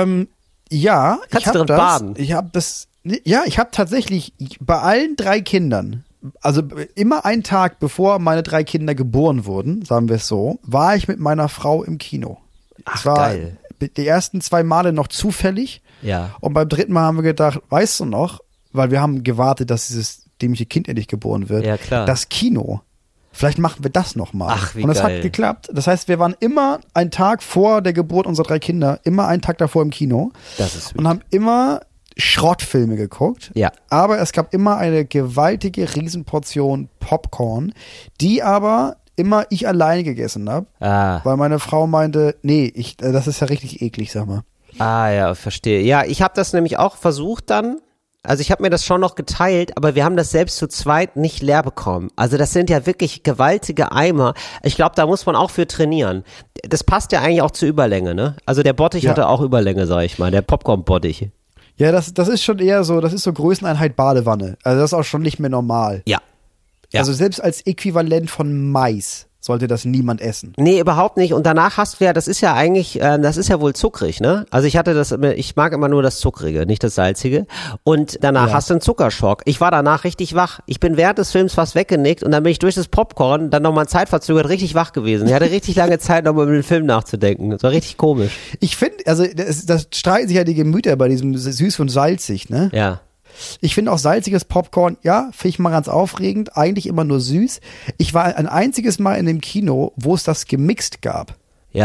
Speaker 1: Ja.
Speaker 2: Kannst du drin baden?
Speaker 1: Ich habe tatsächlich bei allen 3 Kindern, also immer einen Tag bevor meine 3 Kinder geboren wurden, sagen wir es so, war ich mit meiner Frau im Kino.
Speaker 2: Ach, geil.
Speaker 1: Die ersten 2 Male noch zufällig.
Speaker 2: Ja.
Speaker 1: Und beim 3. Mal haben wir gedacht, weißt du noch, weil wir haben gewartet, dass dieses dämliche Kind endlich geboren wird.
Speaker 2: Ja, klar.
Speaker 1: Das Kino. Vielleicht machen wir das nochmal.
Speaker 2: Ach, wie
Speaker 1: Und es
Speaker 2: geil.
Speaker 1: hat geklappt. Das heißt, wir waren immer einen Tag vor der Geburt unserer 3 Kinder, immer einen Tag davor im Kino.
Speaker 2: Das ist
Speaker 1: und haben immer Schrottfilme geguckt.
Speaker 2: Ja.
Speaker 1: Aber es gab immer eine gewaltige Riesenportion Popcorn, die aber immer ich alleine gegessen habe. Weil meine Frau meinte, nee, das ist ja richtig eklig, sag mal.
Speaker 2: Ja, verstehe. Ja, ich habe das nämlich auch versucht dann. Also ich habe mir das schon noch geteilt, aber wir haben das selbst zu zweit nicht leer bekommen. Also das sind ja wirklich gewaltige Eimer. Ich glaube, da muss man auch für trainieren. Das passt ja eigentlich auch zur Überlänge, ne? Also der Bottich hatte auch Überlänge, sag ich mal, der Popcorn-Bottich.
Speaker 1: Ja, das ist schon eher so, das ist so Größeneinheit Badewanne. Also das ist auch schon nicht mehr normal.
Speaker 2: Ja.
Speaker 1: Also selbst als Äquivalent von Mais sollte das niemand essen.
Speaker 2: Nee, überhaupt nicht. Und danach hast du ja, das ist ja eigentlich, das ist ja wohl zuckrig, ne? Also ich mag immer nur das Zuckrige, nicht das Salzige. Und danach hast du einen Zuckerschock. Ich war danach richtig wach. Ich bin während des Films fast weggenickt und dann bin ich durch das Popcorn dann nochmal zeitverzögert richtig wach gewesen. Ich hatte richtig lange Zeit, nochmal über den Film nachzudenken. Das war richtig komisch.
Speaker 1: Ich finde, also das streiten sich ja die Gemüter bei diesem süß und salzig, ne?
Speaker 2: Ja.
Speaker 1: Ich finde auch salziges Popcorn, finde ich mal ganz aufregend, eigentlich immer nur süß. Ich war ein einziges Mal in dem Kino, wo es das gemixt gab.
Speaker 2: Ja.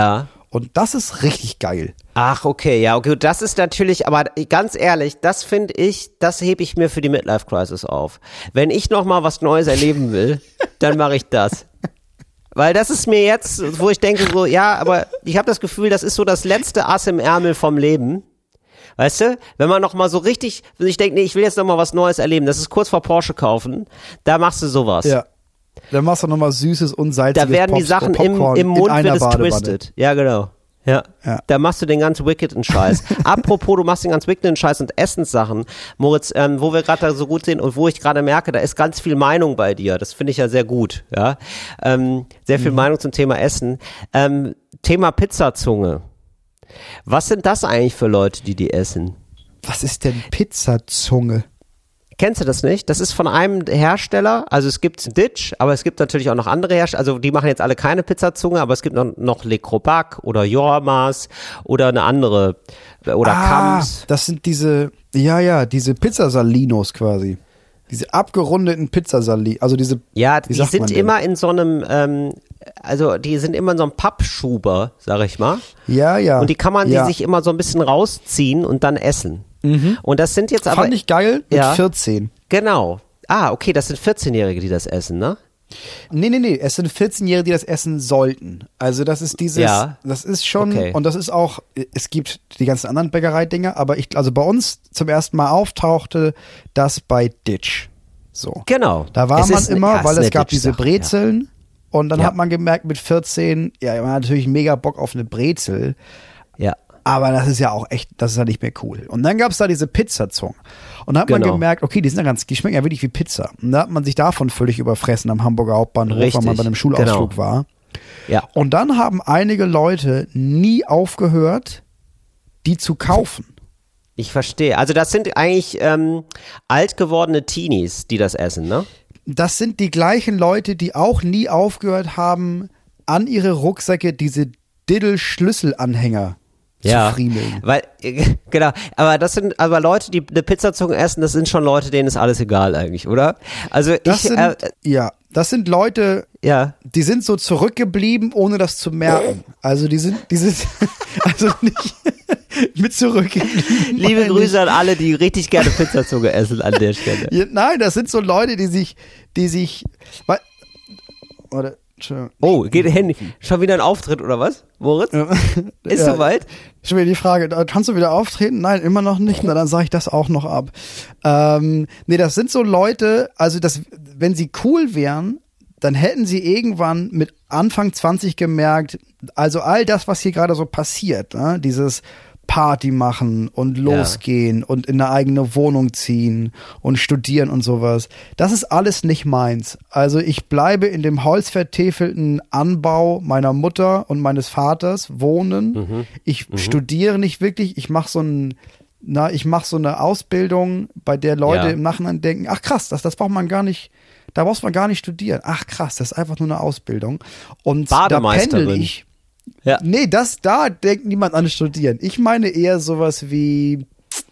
Speaker 1: Und das ist richtig geil.
Speaker 2: Ach, okay, ja, okay, das ist natürlich, aber ganz ehrlich, das finde ich, das hebe ich mir für die Midlife-Crisis auf. Wenn ich nochmal was Neues erleben will, dann mache ich das. Weil das ist mir jetzt, wo ich denke so, ja, aber ich habe das Gefühl, das ist so das letzte Ass im Ärmel vom Leben. Weißt du, wenn man nochmal so richtig, ich denke, nee, ich will jetzt nochmal was Neues erleben, das ist kurz vor Porsche kaufen, da machst du sowas.
Speaker 1: Ja. Dann machst du nochmal Süßes und Salziges.
Speaker 2: Da werden die Sachen im Mund wird es twisted. Ja, genau. Ja. Da machst du den ganz wickeden Scheiß. Apropos, du machst den ganz wickeden Scheiß und Essenssachen. Moritz, wo wir gerade da so gut sind und wo ich gerade merke, da ist ganz viel Meinung bei dir. Das finde ich ja sehr gut. Ja, sehr viel Meinung zum Thema Essen. Thema Pizzazunge. Was sind das eigentlich für Leute, die essen?
Speaker 1: Was ist denn Pizzazunge?
Speaker 2: Kennst du das nicht? Das ist von einem Hersteller, also es gibt Ditch, aber es gibt natürlich auch noch andere Hersteller, also die machen jetzt alle keine Pizzazunge, aber es gibt noch Le Crobac oder Jormas oder eine andere, oder Kams.
Speaker 1: Das sind diese Pizzasalinos quasi. Diese abgerundeten Pizzasalinos, also diese.
Speaker 2: Ja, die sind immer in so einem, die sind immer in so einem Pappschuber, sag ich mal.
Speaker 1: Ja.
Speaker 2: Und die kann man die sich immer so ein bisschen rausziehen und dann essen. Und das sind jetzt aber.
Speaker 1: Fand ich geil mit 14.
Speaker 2: Genau. Ah, okay, das sind 14-Jährige, die das essen, ne?
Speaker 1: Nee, es sind 14-Jährige, die das essen sollten. Also das ist dieses, das ist schon, und das ist auch, es gibt die ganzen anderen Bäckereidinger, aber also bei uns zum ersten Mal auftauchte das bei Ditch. So.
Speaker 2: Genau.
Speaker 1: Da war man immer, weil es gab diese Brezeln und dann hat man gemerkt mit 14, man hat natürlich mega Bock auf eine Brezel.
Speaker 2: Ja.
Speaker 1: Aber das ist ja auch echt, das ist ja nicht mehr cool. Und dann gab es da diese Pizzazungen. Und da hat man gemerkt, okay, die schmecken ja wirklich wie Pizza. Und da hat man sich davon völlig überfressen am Hamburger Hauptbahnhof, weil man bei einem Schulausflug war.
Speaker 2: Ja.
Speaker 1: Und dann haben einige Leute nie aufgehört, die zu kaufen.
Speaker 2: Ich verstehe. Also das sind eigentlich alt gewordene Teenies, die das essen, ne?
Speaker 1: Das sind die gleichen Leute, die auch nie aufgehört haben, an ihre Rucksäcke diese Diddle-Schlüsselanhänger zu friemeln.
Speaker 2: Weil, genau, aber das sind aber Leute, die eine Pizzazunge essen, das sind schon Leute, denen ist alles egal eigentlich, oder? Also das
Speaker 1: sind Leute, die sind so zurückgeblieben, ohne das zu merken. Also die sind also nicht mit zurückgeblieben.
Speaker 2: Liebe Grüße an alle, die richtig gerne Pizzazunge essen an der Stelle.
Speaker 1: Ja, nein, das sind so Leute, die sich
Speaker 2: Oh, geht hin. Schon wieder ein Auftritt oder was, Moritz? Ist soweit?
Speaker 1: Schon wieder die Frage, kannst du wieder auftreten? Nein, immer noch nicht. Na, dann sage ich das auch noch ab. Nee, das sind so Leute, also wenn sie cool wären, dann hätten sie irgendwann mit Anfang 20 gemerkt, also all das, was hier gerade so passiert, ne? Dieses Party machen und losgehen und in eine eigene Wohnung ziehen und studieren und sowas. Das ist alles nicht meins. Also ich bleibe in dem holzvertäfelten Anbau meiner Mutter und meines Vaters wohnen. Ich studiere nicht wirklich. Ich mache so eine Ausbildung, bei der Leute im Nachhinein denken, ach krass, das braucht man gar nicht, da braucht man gar nicht studieren. Ach krass, das ist einfach nur eine Ausbildung. Und da pendel ich. Ja. Nee, da denkt niemand an Studieren. Ich meine eher sowas wie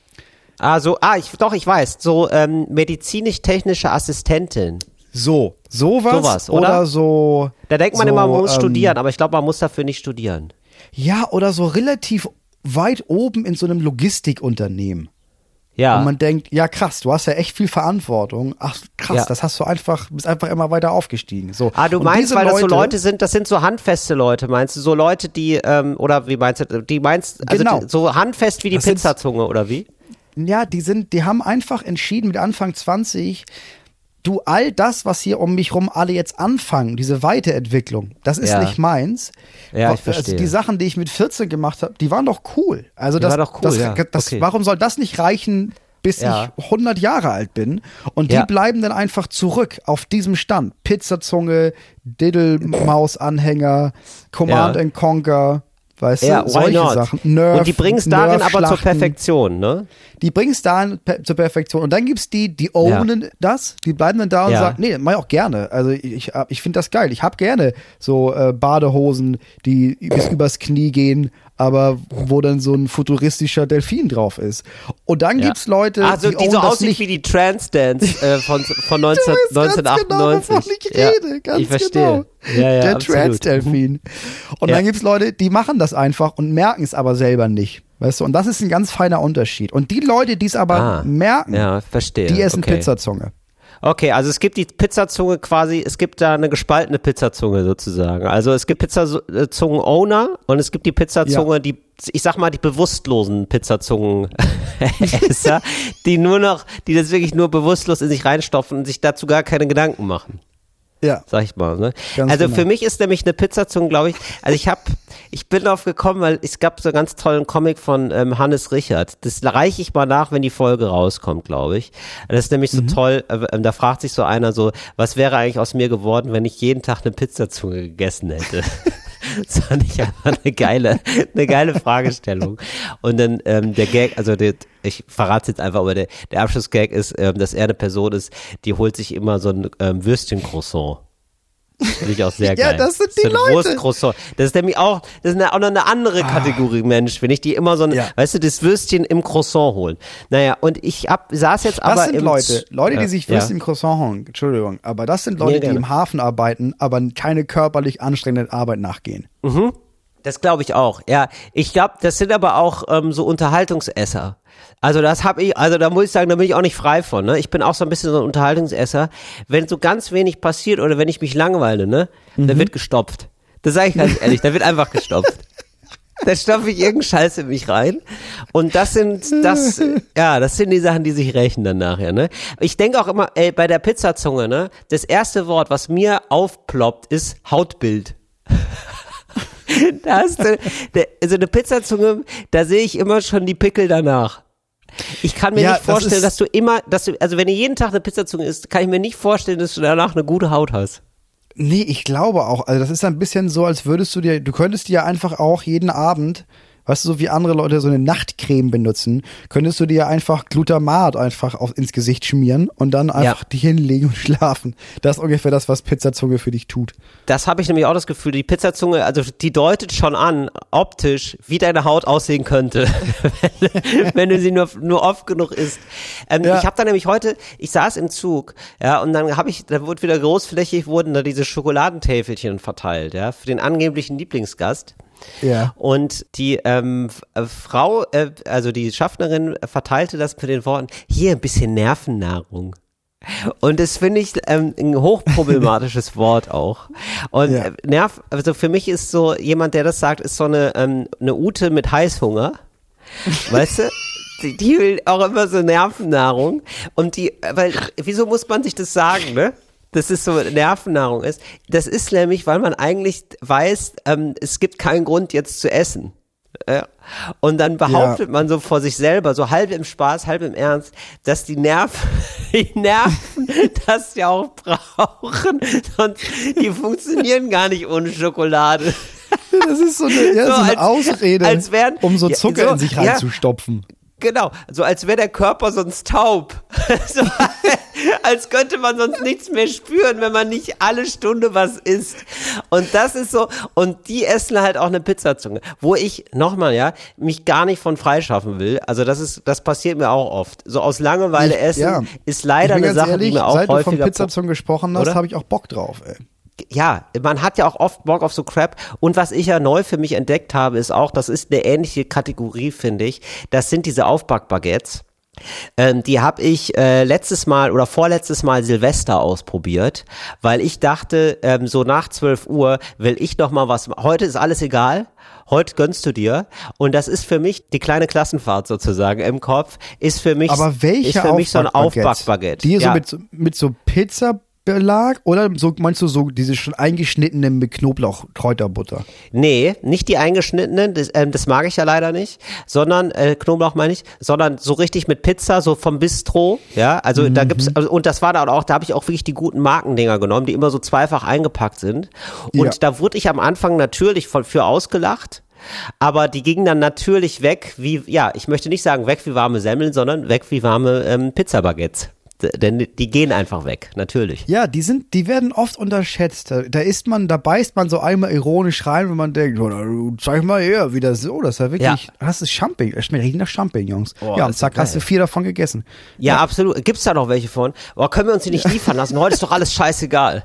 Speaker 2: ich weiß, so medizinisch-technische Assistentin.
Speaker 1: Sowas oder so.
Speaker 2: Da denkt man immer, man muss studieren, aber ich glaube, man muss dafür nicht studieren.
Speaker 1: Ja, oder so relativ weit oben in so einem Logistikunternehmen.
Speaker 2: Ja.
Speaker 1: Und man denkt, ja krass, du hast ja echt viel Verantwortung. Ach krass, das hast du bist einfach immer weiter aufgestiegen. So.
Speaker 2: Du meinst, weil das so Leute sind, das sind so handfeste Leute, meinst du? So Leute, die, oder wie meinst du, also so handfest wie die Pizzazunge, oder wie?
Speaker 1: Ja, die haben einfach entschieden mit Anfang 20, all das, was hier um mich rum alle jetzt anfangen, diese Weiterentwicklung, das ist nicht meins.
Speaker 2: Ja, ich verstehe.
Speaker 1: Also die Sachen, die ich mit 14 gemacht habe, die waren doch cool. Also
Speaker 2: okay.
Speaker 1: Warum soll das nicht reichen, bis ich 100 Jahre alt bin? Und die bleiben dann einfach zurück auf diesem Stand. Pizzazunge, Diddle-Maus-Anhänger, Command & Conquer. Weißt du, solche Sachen.
Speaker 2: Und die bringen es darin aber zur Perfektion, ne?
Speaker 1: Die bringen es darin zur Perfektion. Und dann gibt's die ownen das, die bleiben dann da und sagen, nee, mach ich auch gerne. Also ich finde das geil. Ich habe gerne so Badehosen, die bis übers Knie gehen, aber wo dann so ein futuristischer Delfin drauf ist. Und dann gibt's Leute,
Speaker 2: die so aussieht wie die Trance-Dance von 1998.
Speaker 1: Genau, wovon ich rede, ganz
Speaker 2: ich verstehe.
Speaker 1: Genau.
Speaker 2: Ja,
Speaker 1: der Trance-Delfin. Und dann gibt's Leute, die machen das einfach und merken es aber selber nicht. Weißt du, und das ist ein ganz feiner Unterschied. Und die Leute, die es aber merken, die essen Pizzazunge.
Speaker 2: Okay, also es gibt die Pizzazunge quasi, es gibt da eine gespaltene Pizzazunge sozusagen. Also es gibt Pizzazungen-Owner und es gibt die Pizzazunge, die, ich sag mal, die bewusstlosen Pizzazungen-Esser, die das wirklich nur bewusstlos in sich reinstopfen und sich dazu gar keine Gedanken machen.
Speaker 1: Ja.
Speaker 2: Sag ich mal, ne?
Speaker 1: Ganz
Speaker 2: also
Speaker 1: genau.
Speaker 2: für mich ist nämlich eine Pizzazunge, glaube ich, also ich bin drauf gekommen, weil es gab so einen ganz tollen Comic von Hannes Richard. Das reiche ich mal nach, wenn die Folge rauskommt, glaube ich. Das ist nämlich so toll, da fragt sich so einer so, was wäre eigentlich aus mir geworden, wenn ich jeden Tag eine Pizzazunge gegessen hätte? Das fand ich einfach eine geile Fragestellung. Und dann der Gag, also ich verrate es jetzt einfach, aber der Abschlussgag ist, dass er eine Person ist, die holt sich immer so ein Würstchencroissant. Finde ich auch sehr geil.
Speaker 1: Ja, das sind die Leute.
Speaker 2: Wurstcroissant. Das ist nämlich auch, auch noch eine andere Kategorie Mensch, finde ich, die immer so ein, weißt du, das Würstchen im Croissant holen. Naja, und saß jetzt aber
Speaker 1: das sind Leute, die sich Würstchen im Croissant holen, Entschuldigung, aber das sind Leute, die im Hafen arbeiten, aber keine körperlich anstrengende Arbeit nachgehen.
Speaker 2: Mhm. Das glaube ich auch. Ja, ich glaube, das sind aber auch so Unterhaltungsesser. Also da muss ich sagen, da bin ich auch nicht frei von, ne? Ich bin auch so ein bisschen so ein Unterhaltungsesser. Wenn so ganz wenig passiert oder wenn ich mich langweile, ne? Da wird gestopft. Das sage ich ganz ehrlich, da wird einfach gestopft. Da stopfe ich irgendeinen Scheiß in mich rein. Und das sind die Sachen, die sich rächen dann nachher, ne? Ich denke auch immer, bei der Pizzazunge, ne? Das erste Wort, was mir aufploppt, ist Hautbild. Da hast du, also eine Pizzazunge, da sehe ich immer schon die Pickel danach. Ich kann mir nicht vorstellen, also wenn du jeden Tag eine Pizzazunge isst, kann ich mir nicht vorstellen, dass du danach eine gute Haut hast.
Speaker 1: Nee, ich glaube auch, also das ist ein bisschen so, als du könntest dir ja einfach auch jeden Abend, weißt du, so wie andere Leute so eine Nachtcreme benutzen, könntest du dir einfach Glutamat einfach ins Gesicht schmieren und dann einfach dich hinlegen und schlafen. Das ist ungefähr das, was Pizzazunge für dich tut.
Speaker 2: Das habe ich nämlich auch das Gefühl, die Pizzazunge, also die deutet schon an, optisch, wie deine Haut aussehen könnte, wenn du sie nur oft genug isst. Ich habe da nämlich ich saß im Zug, und dann da wurde wieder großflächig, wurden da diese Schokoladentäfelchen verteilt, für den angeblichen Lieblingsgast.
Speaker 1: Ja.
Speaker 2: Und die Frau, also die Schaffnerin, verteilte das mit den Worten, hier ein bisschen Nervennahrung. Und das finde ich ein hochproblematisches Wort auch. Und also für mich ist so, jemand, der das sagt, ist so eine Ute mit Heißhunger. Weißt du? Die will auch immer so Nervennahrung. Und wieso muss man sich das sagen, ne? Dass es so Nervennahrung ist. Das ist nämlich, weil man eigentlich weiß, es gibt keinen Grund jetzt zu essen. Und dann behauptet man so vor sich selber, so halb im Spaß, halb im Ernst, dass die Nerven das ja auch brauchen, sonst die funktionieren gar nicht ohne Schokolade.
Speaker 1: Das ist so eine Ausrede, um so Zucker in sich reinzustopfen.
Speaker 2: Genau, so als wäre der Körper sonst taub. So, als könnte man sonst nichts mehr spüren, wenn man nicht alle Stunde was isst. Und das ist so, und die essen halt auch eine Pizzazunge, wo ich, nochmal, mich gar nicht von freischaffen will. Also das passiert mir auch oft. So aus Langeweile essen ist leider eine Sache, die mir auch häufiger... Seit
Speaker 1: du von Pizzazungen gesprochen hast, habe ich auch Bock drauf, ey.
Speaker 2: Ja, man hat ja auch oft Bock auf so Crap. Und was ich ja neu für mich entdeckt habe, ist auch, das ist eine ähnliche Kategorie, finde ich. Das sind diese Aufbackbaguettes. Die habe ich letztes Mal oder vorletztes Mal Silvester ausprobiert, weil ich dachte, so nach 12 Uhr will ich noch mal was. Heute ist alles egal. Heute gönnst du dir. Und das ist für mich die kleine Klassenfahrt sozusagen im Kopf. Ist für mich,
Speaker 1: aber welche
Speaker 2: ist für mich so ein Aufbackbaguette.
Speaker 1: Die so mit so Pizza Belag oder so, meinst du so diese schon eingeschnittenen mit Knoblauch, Kräuterbutter?
Speaker 2: Nee, nicht die eingeschnittenen, das mag ich ja leider nicht, sondern, Knoblauch meine ich, sondern so richtig mit Pizza, so vom Bistro, also da gibt's, und das war dann auch, da habe ich auch wirklich die guten Markendinger genommen, die immer so zweifach eingepackt sind. Und da wurde ich am Anfang natürlich für ausgelacht. Aber die gingen dann natürlich weg wie, ich möchte nicht sagen weg wie warme Semmeln, sondern weg wie warme Pizzabaguettes. Denn die gehen einfach weg, natürlich.
Speaker 1: Ja, die werden oft unterschätzt. Da beißt man so einmal ironisch rein, wenn man denkt, zeig mal her, wie das so, das ist ja wirklich, das ist Champignon, das schmeckt richtig nach Champignons. Ja, und zack, hast du 4 davon gegessen.
Speaker 2: Ja, absolut. Gibt's da noch welche von? Können wir uns die nicht liefern lassen? Heute ist doch alles scheißegal.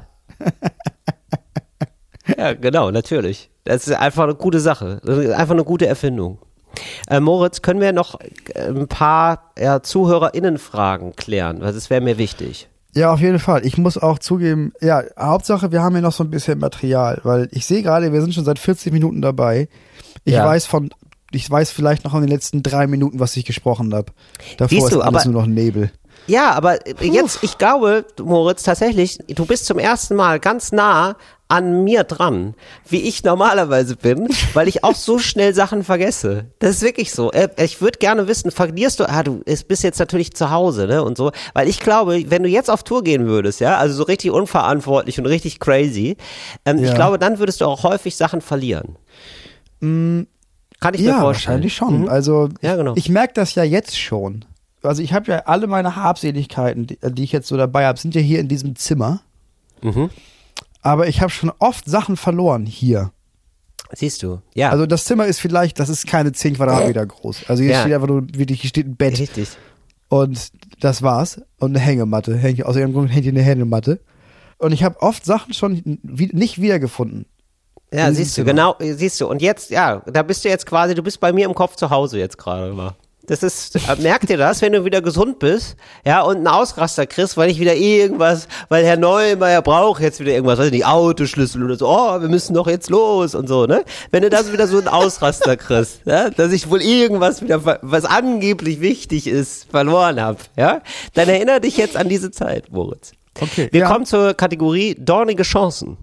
Speaker 2: Ja, genau, natürlich. Das ist einfach eine gute Sache. Einfach eine gute Erfindung. Moritz, können wir noch ein paar ZuhörerInnen-Fragen klären? Weil das wäre mir wichtig.
Speaker 1: Ja, auf jeden Fall. Ich muss auch zugeben, ja, Hauptsache, wir haben hier noch so ein bisschen Material, weil ich sehe gerade, wir sind schon seit 40 Minuten dabei. Ich weiß vielleicht noch in den letzten 3 Minuten, was ich gesprochen habe. Davor ist alles nur noch Nebel.
Speaker 2: Ja, aber jetzt, ich glaube, Moritz, tatsächlich, du bist zum ersten Mal ganz nah an mir dran, wie ich normalerweise bin, weil ich auch so schnell Sachen vergesse. Das ist wirklich so. Ich würde gerne wissen, verlierst du bist jetzt natürlich zu Hause, ne, und so, weil ich glaube, wenn du jetzt auf Tour gehen würdest, ja, also so richtig unverantwortlich und richtig crazy, ich glaube, dann würdest du auch häufig Sachen verlieren. Kann ich mir vorstellen. Ja,
Speaker 1: wahrscheinlich schon. Also,
Speaker 2: ja, genau.
Speaker 1: Ich merke das ja jetzt schon. Also ich habe ja alle meine Habseligkeiten, die ich jetzt so dabei habe, sind ja hier in diesem Zimmer. Mhm. Aber ich habe schon oft Sachen verloren hier.
Speaker 2: Siehst du, ja.
Speaker 1: Also das Zimmer ist das ist keine 10 Quadratmeter groß. Also hier steht einfach nur, hier steht ein Bett.
Speaker 2: Richtig.
Speaker 1: Und das war's. Und eine Hängematte. Aus irgendeinem Grund hängt hier eine Hängematte. Und ich habe oft Sachen schon nicht wiedergefunden.
Speaker 2: Ja, siehst du, genau, siehst du. Und jetzt, ja, da bist du jetzt quasi, du bist bei mir im Kopf zu Hause jetzt gerade mal. Das ist, merkt ihr das, wenn du wieder gesund bist, ja, und einen Ausraster kriegst, weil Herr Neumeier braucht jetzt wieder irgendwas, weiß ich nicht, Autoschlüssel oder so, wir müssen doch jetzt los und so, ne? Wenn du das wieder so einen Ausraster kriegst, ja, dass ich wohl irgendwas wieder, was angeblich wichtig ist, verloren habe, ja, dann erinnere dich jetzt an diese Zeit, Moritz.
Speaker 1: Okay.
Speaker 2: Wir kommen zur Kategorie dornige Chancen.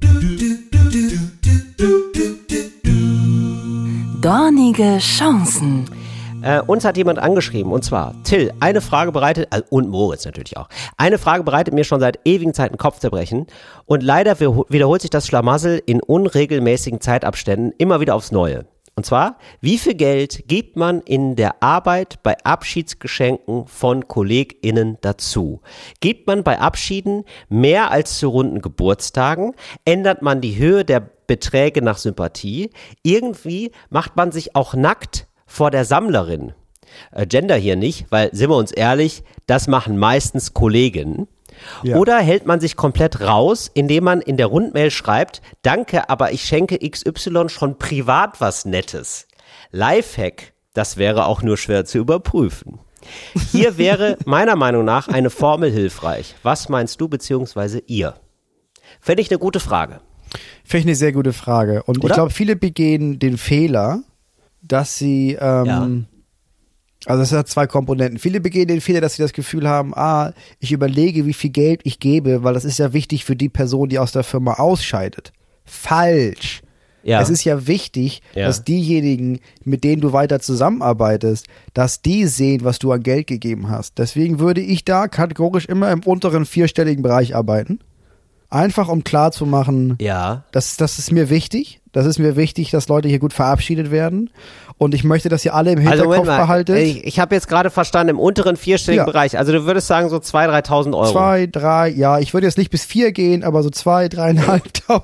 Speaker 3: Dornige Chancen.
Speaker 2: Uns hat jemand angeschrieben, und zwar Till, eine Frage bereitet, und Moritz natürlich auch, eine Frage bereitet mir schon seit ewigen Zeiten Kopfzerbrechen und leider wiederholt sich das Schlamassel in unregelmäßigen Zeitabständen immer wieder aufs Neue. Und zwar, wie viel Geld gibt man in der Arbeit bei Abschiedsgeschenken von KollegInnen dazu? Gibt man bei Abschieden mehr als zu runden Geburtstagen? Ändert man die Höhe der Beträge nach Sympathie? Irgendwie macht man sich auch nackt vor der Sammlerin. Gender hier nicht, weil, sind wir uns ehrlich, das machen meistens Kolleginnen. Ja. Oder hält man sich komplett raus, indem man in der Rundmail schreibt, danke, aber ich schenke XY schon privat was Nettes. Lifehack, das wäre auch nur schwer zu überprüfen. Hier wäre meiner Meinung nach eine Formel hilfreich. Was meinst du bzw. ihr? Fände ich eine gute Frage.
Speaker 1: Finde ich eine sehr gute Frage. Und ich glaube, viele begehen den Fehler, dass sie, also es hat 2 Komponenten. Viele begehen den Fehler, dass sie das Gefühl haben, ich überlege, wie viel Geld ich gebe, weil das ist ja wichtig für die Person, die aus der Firma ausscheidet. Falsch. Ja. Es ist ja wichtig, dass diejenigen, mit denen du weiter zusammenarbeitest, dass die sehen, was du an Geld gegeben hast. Deswegen würde ich da kategorisch immer im unteren 4-stelligen Bereich arbeiten. Einfach um klarzumachen, das ist mir wichtig. Das ist mir wichtig, dass Leute hier gut verabschiedet werden. Und ich möchte, dass ihr alle im Hinterkopf behaltet.
Speaker 2: Ich habe jetzt gerade verstanden, im unteren 4-stelligen Bereich. Also du würdest sagen so 2.000, 3.000 Euro.
Speaker 1: 2, 3, ja. Ich würde jetzt nicht bis 4 gehen, aber so 2.000, 3.500.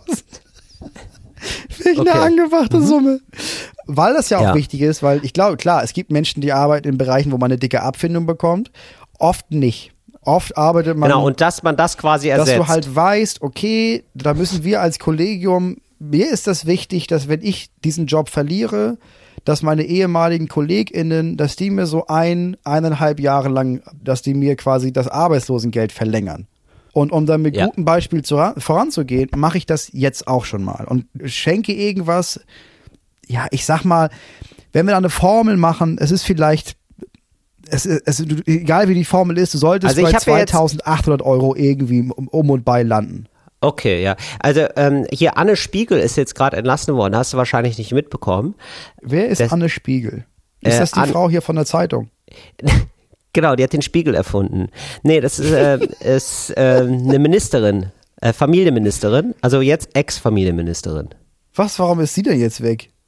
Speaker 1: Finde ich eine angebrachte Summe. Weil das ja auch wichtig ist, weil ich glaube, klar, es gibt Menschen, die arbeiten in Bereichen, wo man eine dicke Abfindung bekommt. Oft nicht. Oft arbeitet man.
Speaker 2: Genau, und dass man das quasi ersetzt.
Speaker 1: Dass du halt weißt, okay, da müssen wir als Kollegium, mir ist das wichtig, dass wenn ich diesen Job verliere, dass meine ehemaligen KollegInnen, dass die mir so 1,5 Jahre lang, dass die mir quasi das Arbeitslosengeld verlängern. Und um dann mit gutem Beispiel voranzugehen, mache ich das jetzt auch schon mal und schenke irgendwas. Ja, ich sag mal, wenn wir da eine Formel machen, es ist vielleicht, egal wie die Formel ist, du solltest bei 2.800 Euro irgendwie um und bei landen.
Speaker 2: Okay, ja. Also hier Anne Spiegel ist jetzt gerade entlassen worden, hast du wahrscheinlich nicht mitbekommen.
Speaker 1: Wer ist Anne Spiegel? Ist das die Frau hier von der Zeitung?
Speaker 2: Genau, die hat den Spiegel erfunden. Nee, das ist eine Ministerin, Familienministerin, also jetzt Ex-Familienministerin.
Speaker 1: Was, warum ist sie denn jetzt weg?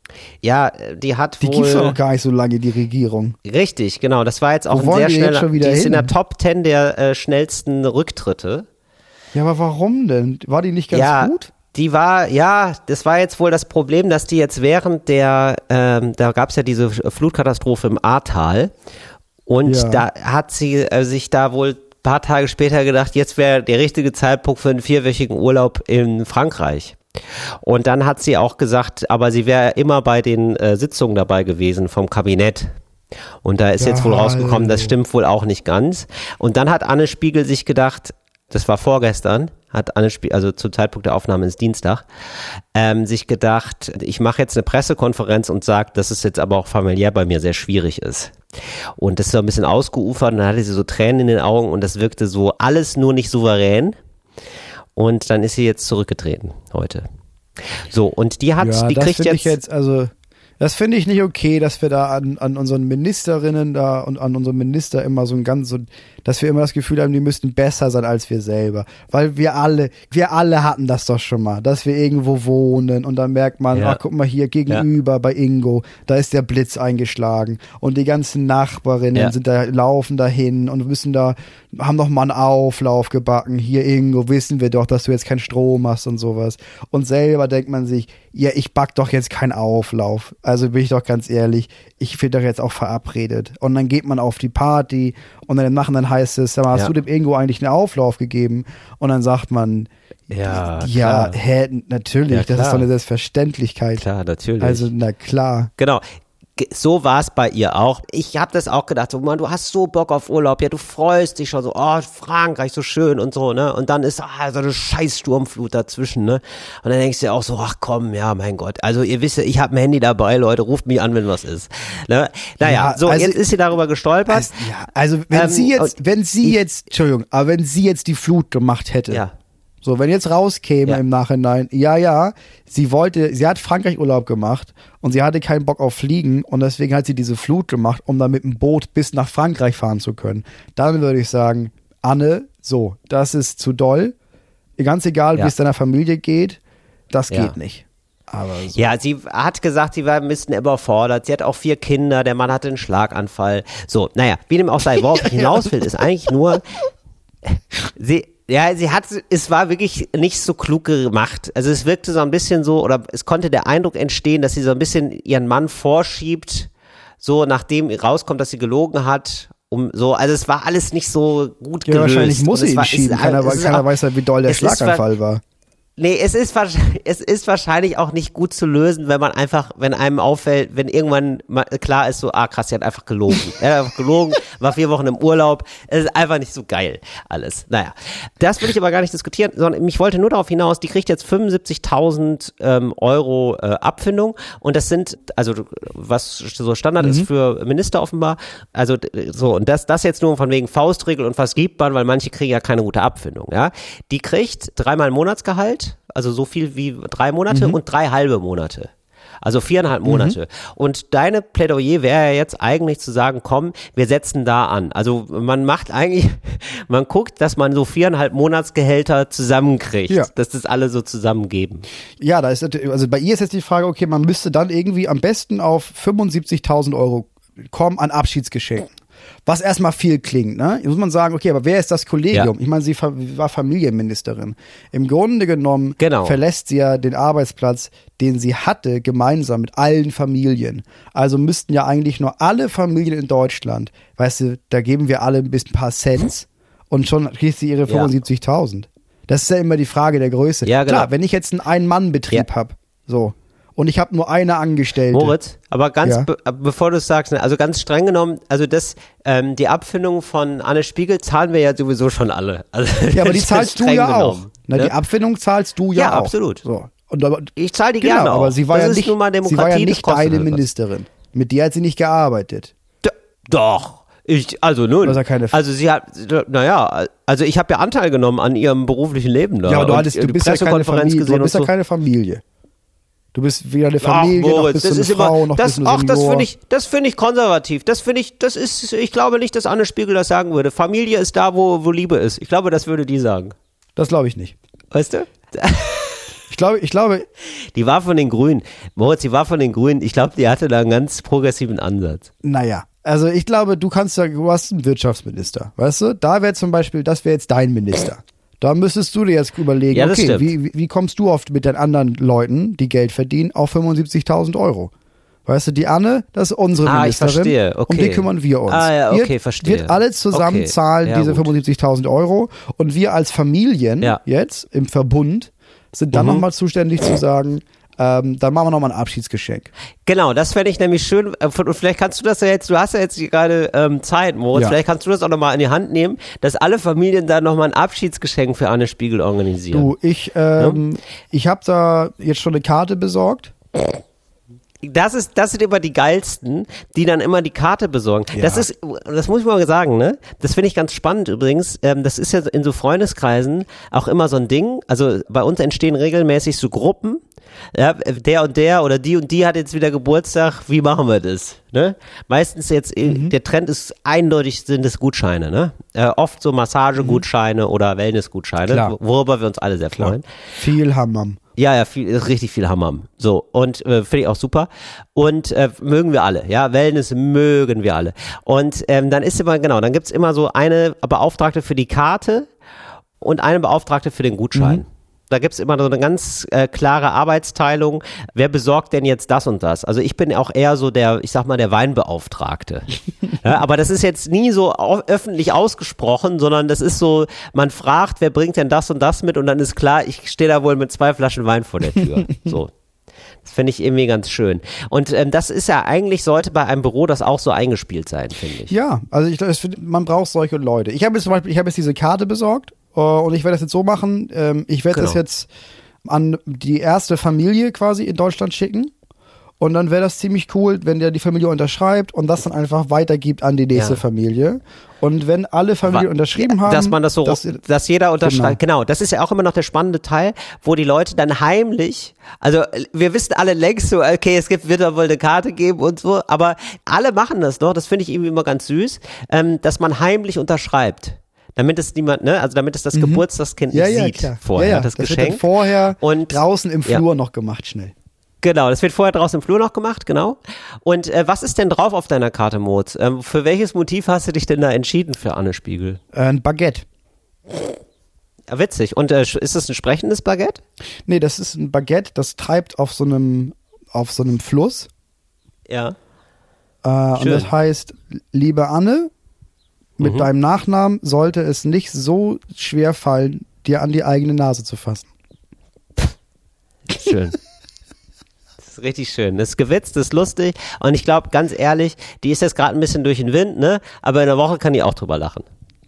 Speaker 2: Ja, die hat
Speaker 1: Die
Speaker 2: wohl...
Speaker 1: gibt's doch noch gar nicht so lange, die Regierung.
Speaker 2: Richtig, genau. Das war jetzt auch
Speaker 1: Wo
Speaker 2: ein sehr
Speaker 1: wollen die jetzt schon
Speaker 2: schneller...
Speaker 1: wieder
Speaker 2: Die ist in
Speaker 1: hin?
Speaker 2: der Top 10 der schnellsten Rücktritte.
Speaker 1: Ja, aber warum denn? War die nicht ganz gut?
Speaker 2: Das war jetzt wohl das Problem, dass die jetzt während da gab es ja diese Flutkatastrophe im Ahrtal und da hat sie sich da wohl ein paar Tage später gedacht, jetzt wäre der richtige Zeitpunkt für einen 4-wöchigen Urlaub in Frankreich. Und dann hat sie auch gesagt, aber sie wäre immer bei den Sitzungen dabei gewesen vom Kabinett. Und da ist jetzt wohl rausgekommen, das stimmt wohl auch nicht ganz. Und dann hat Anne Spiegel sich gedacht, das war vorgestern, hat Anne Spiegel, also zum Zeitpunkt der Aufnahme ist Dienstag, sich gedacht, ich mache jetzt eine Pressekonferenz und sage, dass es jetzt aber auch familiär bei mir sehr schwierig ist. Und das ist so ein bisschen ausgeufert und dann hatte sie so Tränen in den Augen und das wirkte so alles nur nicht souverän. Und dann ist sie jetzt zurückgetreten heute. So, und die kriegt jetzt...
Speaker 1: Das finde ich nicht okay, dass wir da an unseren Ministerinnen da und an unseren Minister immer dass wir immer das Gefühl haben, die müssten besser sein als wir selber. Weil wir alle hatten das doch schon mal, dass wir irgendwo wohnen und dann merkt man, ach guck mal hier gegenüber bei Ingo, da ist der Blitz eingeschlagen und die ganzen Nachbarinnen laufen dahin und haben noch mal einen Auflauf gebacken. Hier Ingo, wissen wir doch, dass du jetzt keinen Strom hast und sowas. Und selber denkt man sich, ja, ich back doch jetzt keinen Auflauf. Also bin ich doch ganz ehrlich, ich bin doch jetzt auch verabredet. Und dann geht man auf die Party und dann im Nachhinein heißt es, hast du dem Ingo eigentlich einen Auflauf gegeben? Und dann sagt man, natürlich, das ist doch eine Selbstverständlichkeit.
Speaker 2: Klar, natürlich.
Speaker 1: Also, na klar.
Speaker 2: Genau. So war es bei ihr auch. Ich habe das auch gedacht, so Mann, du hast so Bock auf Urlaub, ja, du freust dich schon so, oh, Frankreich, so schön und so, ne? Und dann ist so eine scheiß Sturmflut dazwischen, ne? Und dann denkst du dir auch so, ach komm, ja, mein Gott. Also ihr wisst ja, ich habe ein Handy dabei, Leute, ruft mich an, wenn was ist. Ne? Naja, jetzt ist sie darüber gestolpert.
Speaker 1: Wenn sie jetzt die Flut gemacht hätte. So, wenn jetzt rauskäme im Nachhinein, sie hat Frankreich Urlaub gemacht und sie hatte keinen Bock auf Fliegen und deswegen hat sie diese Flut gemacht, um dann mit dem Boot bis nach Frankreich fahren zu können. Dann würde ich sagen, Anne, so, das ist zu doll. Ganz egal, wie es deiner Familie geht, das geht nicht. Aber so.
Speaker 2: Ja, sie hat gesagt, sie war ein bisschen überfordert. Sie hat auch 4 Kinder, der Mann hatte einen Schlaganfall. So, naja, wie dem auch sei, worauf ich hinaus will, ist eigentlich nur, es war wirklich nicht so klug gemacht. Also es wirkte so ein bisschen so, oder es konnte der Eindruck entstehen, dass sie so ein bisschen ihren Mann vorschiebt, so nachdem rauskommt, dass sie gelogen hat, also es war alles nicht so gut gelöst.
Speaker 1: Ja, wahrscheinlich muss sie ihn schieben. Keiner weiß ja, wie doll der Schlaganfall war.
Speaker 2: Nee, es ist wahrscheinlich auch nicht gut zu lösen, wenn einem auffällt, wenn irgendwann mal klar ist, so, krass, sie hat einfach gelogen. Er hat einfach gelogen, war 4 Wochen im Urlaub. Es ist einfach nicht so geil, alles. Naja, das will ich aber gar nicht diskutieren, sondern ich wollte nur darauf hinaus, die kriegt jetzt 75.000 Euro Abfindung und das sind, also was so Standard ist für Minister offenbar, also so, und das jetzt nur von wegen Faustregel und was gibt man, weil manche kriegen ja keine gute Abfindung, ja. Die kriegt 3-mal Monatsgehalt, also so viel wie 3 Monate und 3 halbe Monate. Also 4,5 Monate. Und deine Plädoyer wäre ja jetzt eigentlich zu sagen, komm, wir setzen da an. Also man guckt, dass man so 4,5 Monatsgehälter zusammenkriegt, dass das alle so zusammengeben.
Speaker 1: Ja, also bei ihr ist jetzt die Frage, okay, man müsste dann irgendwie am besten auf 75.000 Euro kommen an Abschiedsgeschenken. Was erstmal viel klingt, ne? Jetzt muss man sagen, okay, aber wer ist das Kollegium? Ja. Ich meine, sie war Familienministerin. Im Grunde genommen verlässt sie ja den Arbeitsplatz, den sie hatte, gemeinsam mit allen Familien. Also müssten ja eigentlich nur alle Familien in Deutschland, weißt du, da geben wir alle ein paar Cents und schon kriegt sie ihre 75.000. Das ist ja immer die Frage der Größe. Ja, genau. Klar, wenn ich jetzt einen Ein-Mann-Betrieb habe, so, und ich habe nur eine Angestellte.
Speaker 2: Moritz, aber bevor du es sagst, also ganz streng genommen, also die Abfindung von Anne Spiegel zahlen wir ja sowieso schon alle. Also
Speaker 1: ja, aber die zahlst du ja auch. Ne? Die Abfindung zahlst du ja auch.
Speaker 2: Ja, absolut.
Speaker 1: So.
Speaker 2: Ich zahle die gerne auch.
Speaker 1: Aber sie war
Speaker 2: das
Speaker 1: ja
Speaker 2: ist
Speaker 1: nicht,
Speaker 2: nun mal Demokratie,
Speaker 1: sie war ja nicht deine Ministerin. Mit dir hat sie nicht gearbeitet.
Speaker 2: Doch. Ich habe ja Anteil genommen an ihrem beruflichen Leben da.
Speaker 1: Ja, aber du bist ja keine Familie. Du bist ja keine Familie. Du bist weder eine Familie, noch bist du eine Frau, noch bist du ein Senior.
Speaker 2: Das finde ich konservativ. Ich glaube nicht, dass Anne Spiegel das sagen würde. Familie ist da, wo Liebe ist. Ich glaube, das würde die sagen.
Speaker 1: Das glaube ich nicht.
Speaker 2: Weißt du?
Speaker 1: Ich glaube,
Speaker 2: Die war von den Grünen. Moritz, die war von den Grünen. Ich glaube, die hatte da einen ganz progressiven Ansatz.
Speaker 1: naja. Also ich glaube, du hast einen Wirtschaftsminister, weißt du? Da wäre zum Beispiel, das wäre jetzt dein Minister. Da müsstest du dir jetzt überlegen,
Speaker 2: Ja, das
Speaker 1: okay,
Speaker 2: stimmt.
Speaker 1: wie kommst du oft mit den anderen Leuten, die Geld verdienen, auf 75.000 Euro? Weißt du, die Anne, das ist unsere
Speaker 2: Ich
Speaker 1: Ministerin.
Speaker 2: verstehe, okay.
Speaker 1: Um die kümmern wir uns.
Speaker 2: Ja, okay,
Speaker 1: Ihr
Speaker 2: verstehe.
Speaker 1: wird alle zusammen
Speaker 2: Okay.
Speaker 1: zahlen
Speaker 2: Ja,
Speaker 1: diese
Speaker 2: gut.
Speaker 1: 75.000 Euro und wir als Familien
Speaker 2: Ja.
Speaker 1: jetzt im Verbund sind dann nochmal zuständig zu sagen, dann machen wir nochmal ein Abschiedsgeschenk.
Speaker 2: Genau, das fände ich nämlich schön. Und vielleicht kannst du das ja jetzt, du hast ja jetzt gerade Zeit, Moritz,
Speaker 1: Ja.
Speaker 2: vielleicht kannst du das auch nochmal in die Hand nehmen, dass alle Familien da nochmal ein Abschiedsgeschenk für Anne Spiegel organisieren.
Speaker 1: Du, ich habe da jetzt schon eine Karte besorgt.
Speaker 2: Das sind immer die geilsten, die dann immer die Karte besorgen.
Speaker 1: Ja.
Speaker 2: Das muss ich mal sagen, ne? Das finde ich ganz spannend übrigens. Das ist ja in so Freundeskreisen auch immer so ein Ding. Also bei uns entstehen regelmäßig so Gruppen. Ja, der und der oder die und die hat jetzt wieder Geburtstag. Wie machen wir das? Ne? Meistens jetzt, der Trend ist eindeutig, sind es Gutscheine, ne? Oft so Massagegutscheine oder Wellnessgutscheine,
Speaker 1: Klar.
Speaker 2: worüber wir uns alle sehr freuen.
Speaker 1: Viel Hammam.
Speaker 2: Ja, richtig viel Hammam. So, und finde ich auch super. Und mögen wir alle, ja, Wellness mögen wir alle. Und dann ist immer, genau, dann gibt's immer so eine Beauftragte für die Karte und eine Beauftragte für den Gutschein. Da gibt's immer so eine ganz klare Arbeitsteilung. Wer besorgt denn jetzt das und das? Also ich bin auch eher so der, ich sag mal, der Weinbeauftragte. Ja, aber das ist jetzt nie so öffentlich ausgesprochen, sondern das ist so, man fragt, wer bringt denn das und das mit? Und dann ist klar, ich stehe da wohl mit 2 Flaschen Wein vor der Tür. So. Das finde ich irgendwie ganz schön. Und das ist ja eigentlich, sollte bei einem Büro das auch so eingespielt sein, finde ich.
Speaker 1: Ja, also man braucht solche Leute. Ich habe jetzt diese Karte besorgt und ich werde das jetzt so machen. Ich werde das
Speaker 2: Genau.
Speaker 1: jetzt an die erste Familie quasi in Deutschland schicken. Und dann wäre das ziemlich cool, wenn der die Familie unterschreibt und das dann einfach weitergibt an die nächste
Speaker 2: Ja.
Speaker 1: Familie. Und wenn alle Familien unterschrieben haben,
Speaker 2: dass man das so, dass jeder unterschreibt. Genau, das ist ja auch immer noch der spannende Teil, wo die Leute dann heimlich, also wir wissen alle längst so, okay, wird da wohl eine Karte geben und so, aber alle machen das noch, das finde ich irgendwie immer ganz süß, dass man heimlich unterschreibt. Damit es niemand, ne, also damit es das Geburtstagskind nicht sieht
Speaker 1: klar.
Speaker 2: vorher, das
Speaker 1: wird
Speaker 2: Geschenk.
Speaker 1: dann vorher
Speaker 2: Und-
Speaker 1: draußen im
Speaker 2: Ja.
Speaker 1: Flur noch gemacht, schnell.
Speaker 2: Genau, das wird vorher draußen im Flur noch gemacht, genau. Und was ist denn drauf auf deiner Karte, Moritz? Für welches Motiv hast du dich denn da entschieden für Anne Spiegel?
Speaker 1: Ein Baguette.
Speaker 2: Ja, witzig. Und ist das ein sprechendes Baguette?
Speaker 1: Nee, das ist ein Baguette, das treibt auf so einem Fluss.
Speaker 2: Ja.
Speaker 1: Und
Speaker 2: Schön.
Speaker 1: das heißt, liebe Anne, mit deinem Nachnamen sollte es nicht so schwer fallen, dir an die eigene Nase zu fassen.
Speaker 2: Schön. Das ist richtig schön. Das ist gewitzt, das ist lustig. Und ich glaube, ganz ehrlich, die ist jetzt gerade ein bisschen durch den Wind, ne? Aber in der Woche kann die auch drüber lachen.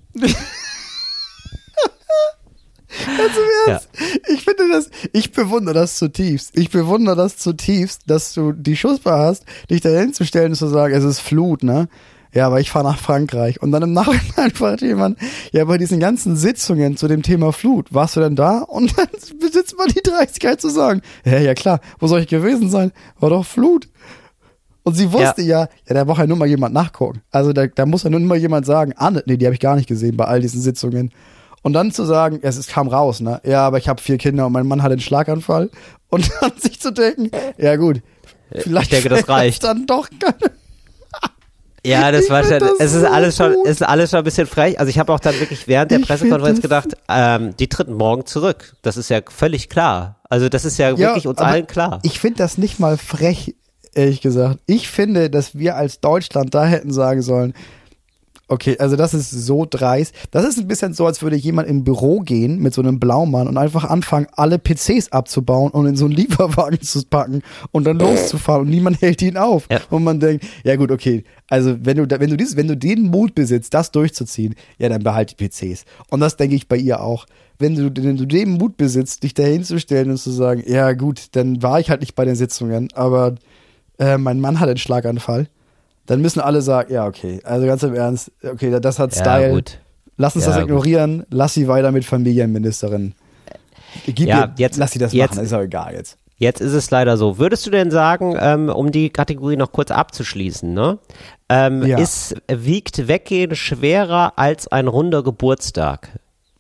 Speaker 2: Ja.
Speaker 1: Ich bewundere das zutiefst. Dass du die Schussbar hast, dich da hinzustellen und zu sagen, es ist Flut, ne? Ja, aber ich fahre nach Frankreich. Und dann im Nachhinein fragt jemand, ja, bei diesen ganzen Sitzungen zu dem Thema Flut, warst du denn da? Und dann besitzt man die Dreistigkeit zu sagen, ja klar, wo soll ich gewesen sein? War doch Flut. Und sie wusste ja, da braucht ja nur mal jemand nachgucken. Also da muss ja nur mal jemand sagen, Anne, nee, die habe ich gar nicht gesehen bei all diesen Sitzungen. Und dann zu sagen, es kam raus, ne? Ja, aber ich habe 4 Kinder und mein Mann hat einen Schlaganfall. Und dann sich zu denken, ja gut, vielleicht
Speaker 2: denke, das
Speaker 1: fällt
Speaker 2: reicht.
Speaker 1: dann doch keine.
Speaker 2: Ja, das
Speaker 1: Ich
Speaker 2: war
Speaker 1: find
Speaker 2: schon,
Speaker 1: das
Speaker 2: es ist
Speaker 1: so
Speaker 2: alles schon,
Speaker 1: gut.
Speaker 2: es ist alles schon ein bisschen frech. Also ich habe auch dann wirklich während der
Speaker 1: Ich
Speaker 2: Pressekonferenz
Speaker 1: find das-
Speaker 2: gedacht, die treten morgen zurück. Das ist ja völlig klar. Also das ist ja wirklich uns
Speaker 1: aber
Speaker 2: allen klar.
Speaker 1: Ich finde das nicht mal frech, ehrlich gesagt. Ich finde, dass wir als Deutschland da hätten sagen sollen, okay, also das ist so dreist. Das ist ein bisschen so, als würde jemand in ein Büro gehen mit so einem Blaumann und einfach anfangen, alle PCs abzubauen und in so einen Lieferwagen zu packen und dann loszufahren und niemand hält ihn auf.
Speaker 2: Ja.
Speaker 1: Und man denkt, ja gut, okay, also wenn du den Mut besitzt, das durchzuziehen, ja, dann behalt die PCs. Und das denke ich bei ihr auch. Wenn du den Mut besitzt, dich da hinzustellen und zu sagen, ja gut, dann war ich halt nicht bei den Sitzungen, aber mein Mann hat einen Schlaganfall. Dann müssen alle sagen, ja, okay, also ganz im Ernst, okay, das hat Style.
Speaker 2: gut.
Speaker 1: Lass uns
Speaker 2: Ja,
Speaker 1: das ignorieren, lass sie weiter mit Familienministerin. Lass sie das machen, ist auch egal jetzt.
Speaker 2: Jetzt ist es leider so. Würdest du denn sagen, um die Kategorie noch kurz abzuschließen, ne?
Speaker 1: Ja.
Speaker 2: Wiegt Weggehen schwerer als ein runder Geburtstag?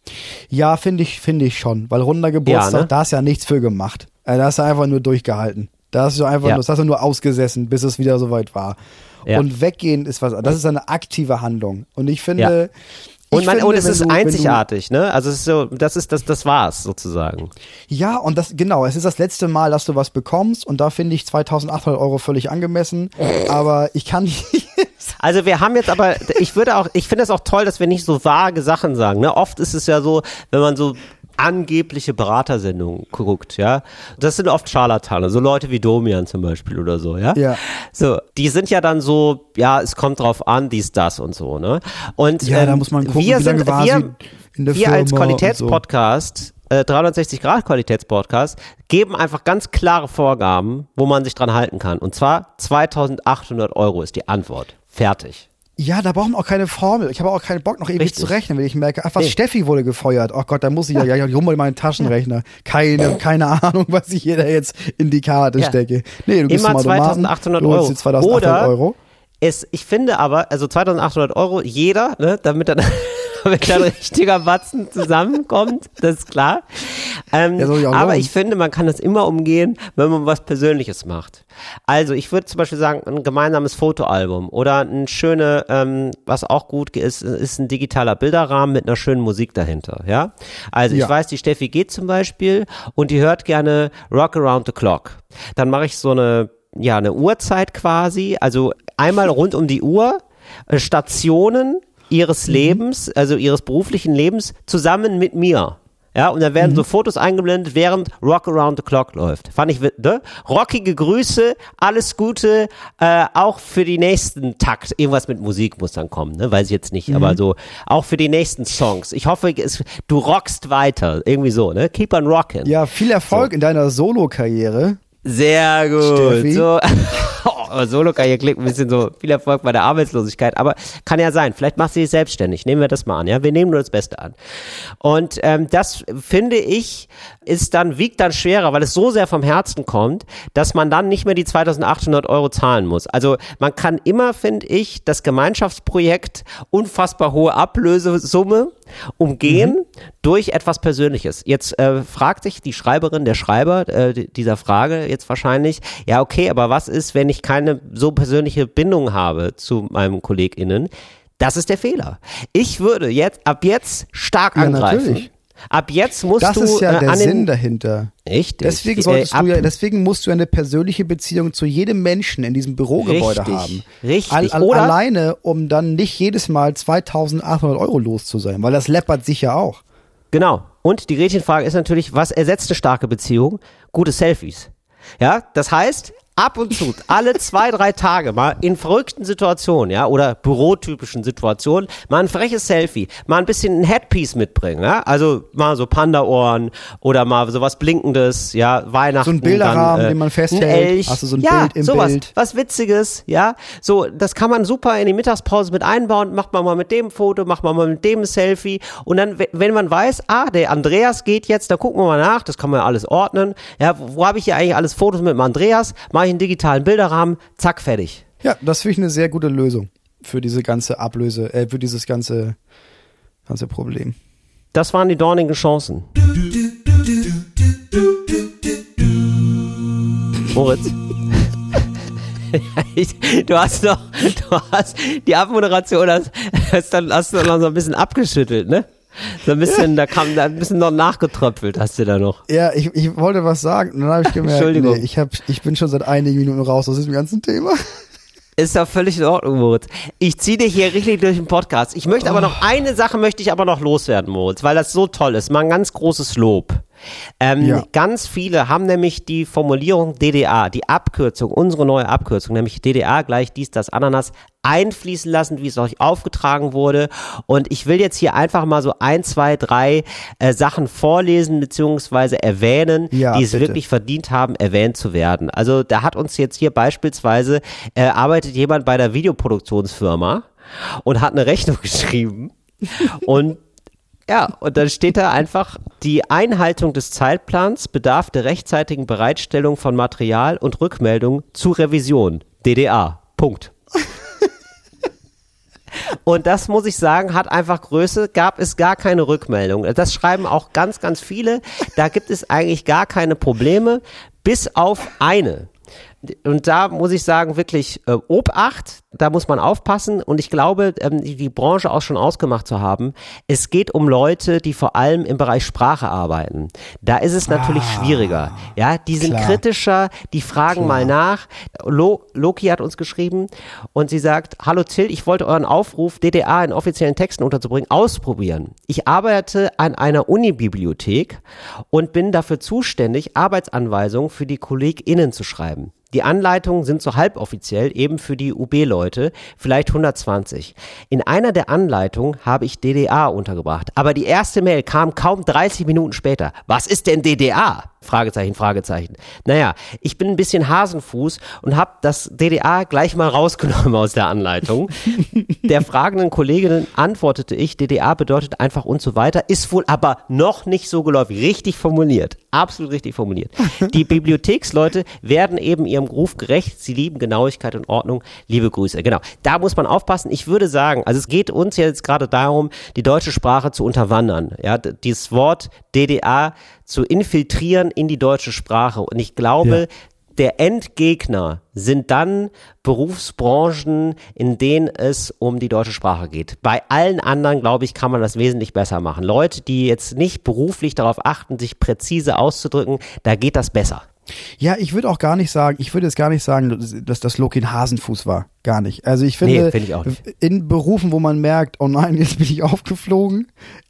Speaker 1: Ja, finde ich schon, weil runder Geburtstag,
Speaker 2: Ja, ne?
Speaker 1: da ist ja nichts für gemacht. Da hast du einfach nur durchgehalten. Da hast du einfach das hast du nur ausgesessen, bis es wieder soweit war.
Speaker 2: Ja.
Speaker 1: Und weggehen ist das ist eine aktive Handlung. Und ich finde,
Speaker 2: Und es ist
Speaker 1: wenn du-
Speaker 2: einzigartig, ne? Also es ist so, das war's sozusagen.
Speaker 1: Ja, und es ist das letzte Mal, dass du was bekommst und da finde ich 2.800 € völlig angemessen, aber ich kann nicht.
Speaker 2: Also wir haben jetzt aber, ich finde es auch toll, dass wir nicht so vage Sachen sagen, ne? Oft ist es ja so, wenn man so angebliche Beratersendungen guckt, ja. Das sind oft Scharlatane, so Leute wie Domian zum Beispiel oder so, ja.
Speaker 1: Ja.
Speaker 2: So, die sind ja dann so, ja, es kommt drauf an, dies, das und so, ne. Und
Speaker 1: Ja, da muss man gucken,
Speaker 2: wir
Speaker 1: wie lange war sie in der
Speaker 2: wir
Speaker 1: Firma
Speaker 2: als
Speaker 1: und
Speaker 2: Qualitätspodcast, 360-Grad-Qualitätspodcast, geben einfach ganz klare Vorgaben, wo man sich dran halten kann. Und zwar 2.800 € ist die Antwort. Fertig.
Speaker 1: Ja, da brauchen wir auch keine Formel. Ich habe auch keinen Bock, noch ewig
Speaker 2: Richtig.
Speaker 1: zu rechnen, wenn ich merke, ach was,
Speaker 2: Nee.
Speaker 1: Steffi wurde gefeuert. Oh Gott, da muss ich ich hol mal meinen Taschenrechner. Keine Ahnung, was ich hier da jetzt in die Karte stecke. Nee, du gibst
Speaker 2: Immer
Speaker 1: mal
Speaker 2: 2.800
Speaker 1: du holst die 2.800
Speaker 2: Oder
Speaker 1: €.
Speaker 2: ich finde aber, also 2.800 € jeder, ne, damit dann ein richtiger Batzen zusammenkommt, das ist klar.
Speaker 1: soll ich auch
Speaker 2: Aber
Speaker 1: lohnen.
Speaker 2: ich finde, man kann das immer umgehen, wenn man was Persönliches macht. Also ich würde zum Beispiel sagen, ein gemeinsames Fotoalbum oder ein schöne, was auch gut ist ein digitaler Bilderrahmen mit einer schönen Musik dahinter, ja. Also ich
Speaker 1: Ja.
Speaker 2: weiß, die Steffi geht zum Beispiel und die hört gerne Rock Around the Clock. Dann mache ich so eine Uhrzeit quasi, also einmal rund um die Uhr, Stationen ihres Lebens, also ihres beruflichen Lebens, zusammen mit mir. Ja, und da werden so Fotos eingeblendet, während Rock Around the Clock läuft. Fand ich, ne? Rockige Grüße, alles Gute, auch für die nächsten Takt. Irgendwas mit Musik muss dann kommen, ne? Weiß ich jetzt nicht, aber so, auch für die nächsten Songs. Ich hoffe, du rockst weiter. Irgendwie so, ne? Keep on rocking.
Speaker 1: Ja, viel Erfolg in deiner Solo-Karriere.
Speaker 2: Sehr gut.
Speaker 1: Steffi?
Speaker 2: So. Solo-Karriere klingt ein bisschen so, viel Erfolg bei der Arbeitslosigkeit, aber kann ja sein. Vielleicht machst du dich selbstständig. Nehmen wir das mal an, ja. Wir nehmen nur das Beste an. Und das, finde ich, wiegt dann schwerer, weil es so sehr vom Herzen kommt, dass man dann nicht mehr die 2.800 € zahlen muss. Also man kann immer, finde ich, das Gemeinschaftsprojekt unfassbar hohe Ablösesumme umgehen durch etwas Persönliches. Jetzt fragt sich die Schreiberin, der Schreiber dieser Frage jetzt wahrscheinlich, ja okay, aber was ist, wenn ich keine so persönliche Bindung habe zu meinem KollegInnen? Das ist der Fehler. Ich würde ab jetzt stark angreifen.
Speaker 1: Natürlich.
Speaker 2: Ab jetzt musst
Speaker 1: Das
Speaker 2: du
Speaker 1: ist ja der
Speaker 2: an
Speaker 1: Sinn
Speaker 2: den
Speaker 1: dahinter.
Speaker 2: Richtig.
Speaker 1: Deswegen musst du eine persönliche Beziehung zu jedem Menschen in diesem Bürogebäude
Speaker 2: Richtig,
Speaker 1: haben.
Speaker 2: richtig. Oder-
Speaker 1: alleine, um dann nicht jedes Mal 2.800 € los zu sein, weil das läppert sich ja auch.
Speaker 2: Genau. Und die Gretchenfrage ist natürlich, was ersetzt eine starke Beziehung? Gute Selfies. Ja, das heißt, ab und zu, alle 2-3 Tage mal in verrückten Situationen, ja, oder bürotypischen Situationen, mal ein freches Selfie, mal ein bisschen ein Headpiece mitbringen, ja, also mal so Panda-Ohren oder mal sowas Blinkendes, ja, Weihnachten.
Speaker 1: So ein Bilderrahmen,
Speaker 2: dann,
Speaker 1: den man festhält,
Speaker 2: ein Elch,
Speaker 1: hast du so ein
Speaker 2: ja,
Speaker 1: Bild im
Speaker 2: sowas,
Speaker 1: Bild.
Speaker 2: was Witziges, ja, so, das kann man super in die Mittagspause mit einbauen, macht man mal mit dem Foto, macht man mal mit dem Selfie und dann, wenn man weiß, der Andreas geht jetzt, da gucken wir mal nach, das kann man ja alles ordnen, ja, wo habe ich hier eigentlich alles Fotos mit dem Andreas, mache ich einen digitalen Bilderrahmen, zack, fertig.
Speaker 1: Ja, das finde ich eine sehr gute Lösung für diese ganze für dieses ganze Problem.
Speaker 2: Das waren die dornigen Chancen. Moritz? Du hast die Abmoderation hast du noch so ein bisschen abgeschüttelt, ne? So ein bisschen, da kam da ein bisschen noch nachgetröpfelt, hast du da noch.
Speaker 1: Ja, ich wollte was sagen und dann habe ich gemerkt,
Speaker 2: Entschuldigung.
Speaker 1: ich bin schon seit einigen Minuten raus aus diesem ganzen Thema.
Speaker 2: Ist doch völlig in Ordnung, Moritz. Ich ziehe dich hier richtig durch den Podcast. Ich möchte aber noch eine Sache loswerden, Moritz, weil das so toll ist. Mal ein ganz großes Lob.
Speaker 1: Ja.
Speaker 2: Ganz viele haben nämlich die Formulierung DDA, die Abkürzung, unsere neue Abkürzung, nämlich DDA gleich dies, das, Ananas, einfließen lassen, wie es euch aufgetragen wurde. Und ich will jetzt hier einfach mal so 1, 2, 3 Sachen vorlesen bzw. erwähnen,
Speaker 1: Ja,
Speaker 2: die es
Speaker 1: bitte.
Speaker 2: wirklich verdient haben, erwähnt zu werden. Also da hat uns jetzt hier beispielsweise, arbeitet jemand bei der Videoproduktionsfirma und hat eine Rechnung geschrieben und und dann steht da einfach, die Einhaltung des Zeitplans bedarf der rechtzeitigen Bereitstellung von Material und Rückmeldung zu Revision. DDA. Punkt. Und das, muss ich sagen, hat einfach Größe, gab es gar keine Rückmeldung. Das schreiben auch ganz, ganz viele. Da gibt es eigentlich gar keine Probleme, bis auf eine. Und da muss ich sagen, wirklich Obacht, da muss man aufpassen und ich glaube, die Branche auch schon ausgemacht zu haben, es geht um Leute, die vor allem im Bereich Sprache arbeiten. Da ist es natürlich schwieriger. Ja, die sind kritischer, die fragen mal nach. Loki hat uns geschrieben und sie sagt, hallo Till, ich wollte euren Aufruf, DDA in offiziellen Texten unterzubringen, ausprobieren. Ich arbeite an einer Unibibliothek und bin dafür zuständig, Arbeitsanweisungen für die KollegInnen zu schreiben. Die Anleitungen sind so halboffiziell, eben für die UB-Leute, vielleicht 120. In einer der Anleitungen habe ich DDA untergebracht, aber die erste Mail kam kaum 30 Minuten später. Was ist denn DDA? Fragezeichen, Fragezeichen. Naja, ich bin ein bisschen Hasenfuß und habe das DDA gleich mal rausgenommen aus der Anleitung. Der fragenden Kollegin antwortete ich, DDA bedeutet einfach und so weiter, ist wohl aber noch nicht so geläufig. Richtig formuliert, absolut richtig formuliert. Die Bibliotheksleute werden eben ihrem Ruf gerecht, sie lieben Genauigkeit und Ordnung. Liebe Grüße. Genau, da muss man aufpassen. Ich würde sagen, also es geht uns jetzt gerade darum, die deutsche Sprache zu unterwandern. Ja, dieses Wort DDA zu infiltrieren in die deutsche Sprache. Und ich glaube, der Endgegner sind dann Berufsbranchen, in denen es um die deutsche Sprache geht. Bei allen anderen, glaube ich, kann man das wesentlich besser machen. Leute, die jetzt nicht beruflich darauf achten, sich präzise auszudrücken, da geht das besser.
Speaker 1: Ja, ich würde jetzt gar nicht sagen, dass das Loki ein Hasenfuß war. Gar nicht. Also ich finde,
Speaker 2: find ich auch nicht.
Speaker 1: In Berufen, wo man merkt, oh nein, jetzt bin ich aufgeflogen,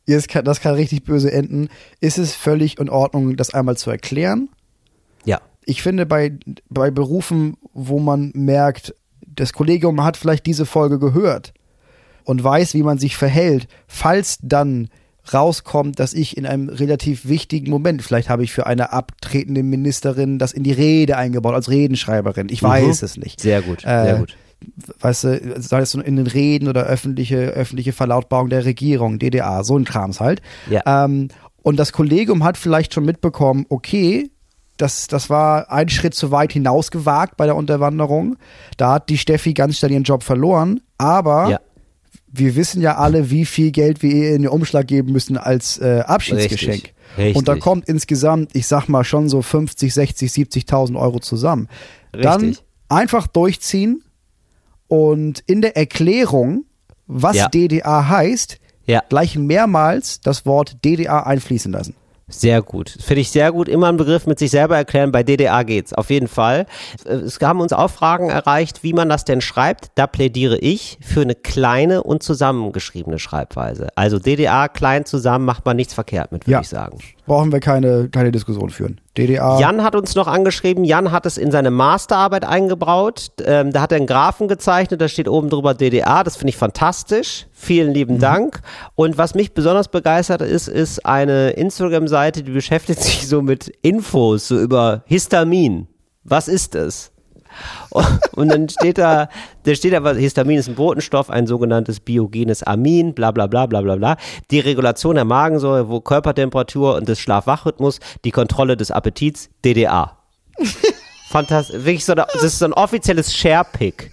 Speaker 1: das kann richtig böse enden, ist es völlig in Ordnung, das einmal zu erklären.
Speaker 2: Ja.
Speaker 1: Ich finde, bei Berufen, wo man merkt, das Kollegium hat vielleicht diese Folge gehört und weiß, wie man sich verhält, falls dann rauskommt, dass ich in einem relativ wichtigen Moment, vielleicht habe ich für eine abtretende Ministerin das in die Rede eingebaut, als Redenschreiberin. Ich weiß es nicht.
Speaker 2: Sehr gut, sehr gut.
Speaker 1: Weißt du, sei es in den Reden oder öffentliche Verlautbarung der Regierung, DDA, so ein Krams halt.
Speaker 2: Ja.
Speaker 1: Und das Kollegium hat vielleicht schon mitbekommen, okay, das war ein Schritt zu weit hinausgewagt bei der Unterwanderung. Da hat die Steffi ganz schnell ihren Job verloren, aber wir wissen ja alle, wie viel Geld wir ihr in den Umschlag geben müssen als Abschiedsgeschenk.
Speaker 2: Richtig.
Speaker 1: Und da kommt insgesamt, ich sag mal, schon so 50, 60, 70.000 Euro zusammen.
Speaker 2: Richtig.
Speaker 1: Dann einfach durchziehen und in der Erklärung, was DDA heißt, gleich mehrmals das Wort DDA einfließen lassen.
Speaker 2: Sehr gut. Finde ich sehr gut. Immer einen Begriff mit sich selber erklären. Bei DDA geht's. Auf jeden Fall. Es haben uns auch Fragen erreicht, wie man das denn schreibt. Da plädiere ich für eine kleine und zusammengeschriebene Schreibweise. Also DDA klein zusammen macht man nichts verkehrt mit, würde ich sagen.
Speaker 1: Brauchen wir keine Diskussion führen. DDA.
Speaker 2: Jan hat uns noch angeschrieben, Jan hat es in seine Masterarbeit eingebaut, da hat er einen Graphen gezeichnet, da steht oben drüber DDA, das finde ich fantastisch, vielen lieben Dank. Und was mich besonders begeistert ist eine Instagram-Seite, die beschäftigt sich so mit Infos, so über Histamin. Was ist es? Und dann steht da, Histamin ist ein Botenstoff, ein sogenanntes biogenes Amin, bla bla bla bla bla bla. Die Regulation der Magensäure, Körpertemperatur und des Schlaf-Wach-Rhythmus, die Kontrolle des Appetits, DDA. Fantastisch, wirklich das ist so ein offizielles Share-Pick.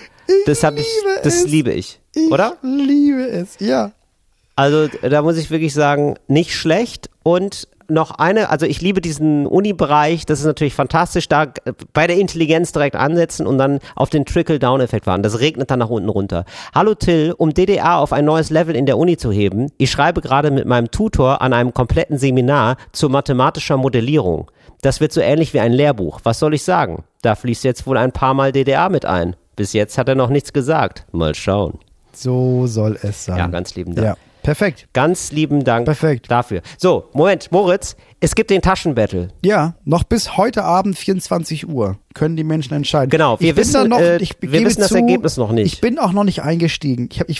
Speaker 2: Das liebe ich, oder?
Speaker 1: Ich liebe es, ja.
Speaker 2: Also da muss ich wirklich sagen, nicht schlecht. Und noch eine, also ich liebe diesen Uni-Bereich, das ist natürlich fantastisch, da bei der Intelligenz direkt ansetzen und dann auf den Trickle-Down-Effekt warten. Das regnet dann nach unten runter. Hallo Till, um DDA auf ein neues Level in der Uni zu heben, ich schreibe gerade mit meinem Tutor an einem kompletten Seminar zu mathematischer Modellierung. Das wird so ähnlich wie ein Lehrbuch. Was soll ich sagen? Da fließt jetzt wohl ein paar Mal DDA mit ein. Bis jetzt hat er noch nichts gesagt. Mal schauen.
Speaker 1: So soll es sein.
Speaker 2: Ja, ganz lieben Dank.
Speaker 1: Ja. Perfekt.
Speaker 2: Ganz lieben Dank
Speaker 1: Perfekt.
Speaker 2: dafür. So, Moment, Moritz, es gibt den Taschenbattle.
Speaker 1: Ja, noch bis heute Abend 24 Uhr können die Menschen entscheiden.
Speaker 2: Genau, wir wissen das Ergebnis noch nicht.
Speaker 1: Ich bin auch noch nicht eingestiegen. Ich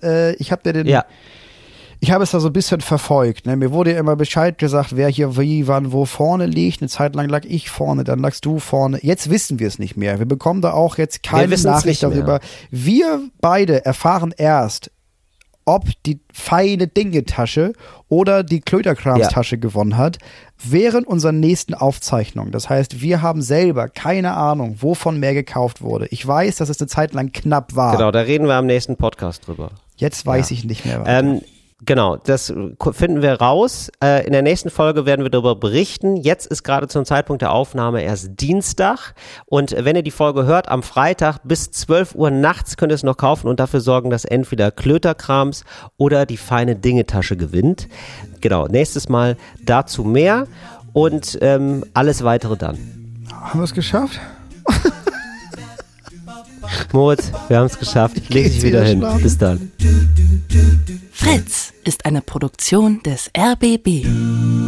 Speaker 1: habe es da so ein bisschen verfolgt. Ne? Mir wurde ja immer Bescheid gesagt, wer hier wie, wann, wo vorne liegt. Eine Zeit lang lag ich vorne, dann lagst du vorne. Jetzt wissen wir es nicht mehr. Wir bekommen da auch jetzt keine Nachricht darüber. Wir beide erfahren erst, ob die feine Dinge-Tasche oder die Klöterkrams-Tasche gewonnen hat, während unserer nächsten Aufzeichnung. Das heißt, wir haben selber keine Ahnung, wovon mehr gekauft wurde. Ich weiß, dass es eine Zeit lang knapp war.
Speaker 2: Genau, da reden wir am nächsten Podcast drüber.
Speaker 1: Jetzt weiß ich nicht mehr weiter.
Speaker 2: Genau, das finden wir raus. In der nächsten Folge werden wir darüber berichten. Jetzt ist gerade zum Zeitpunkt der Aufnahme erst Dienstag. Und wenn ihr die Folge hört, am Freitag bis 12 Uhr nachts könnt ihr es noch kaufen und dafür sorgen, dass entweder Klöterkrams oder die feine Dinge-Tasche gewinnt. Genau, nächstes Mal dazu mehr und alles weitere dann.
Speaker 1: Haben wir es geschafft?
Speaker 2: Moritz, wir haben es geschafft. Leg dich wieder hin.
Speaker 1: Schlafen.
Speaker 2: Bis dann.
Speaker 3: Fritz ist eine Produktion des RBB.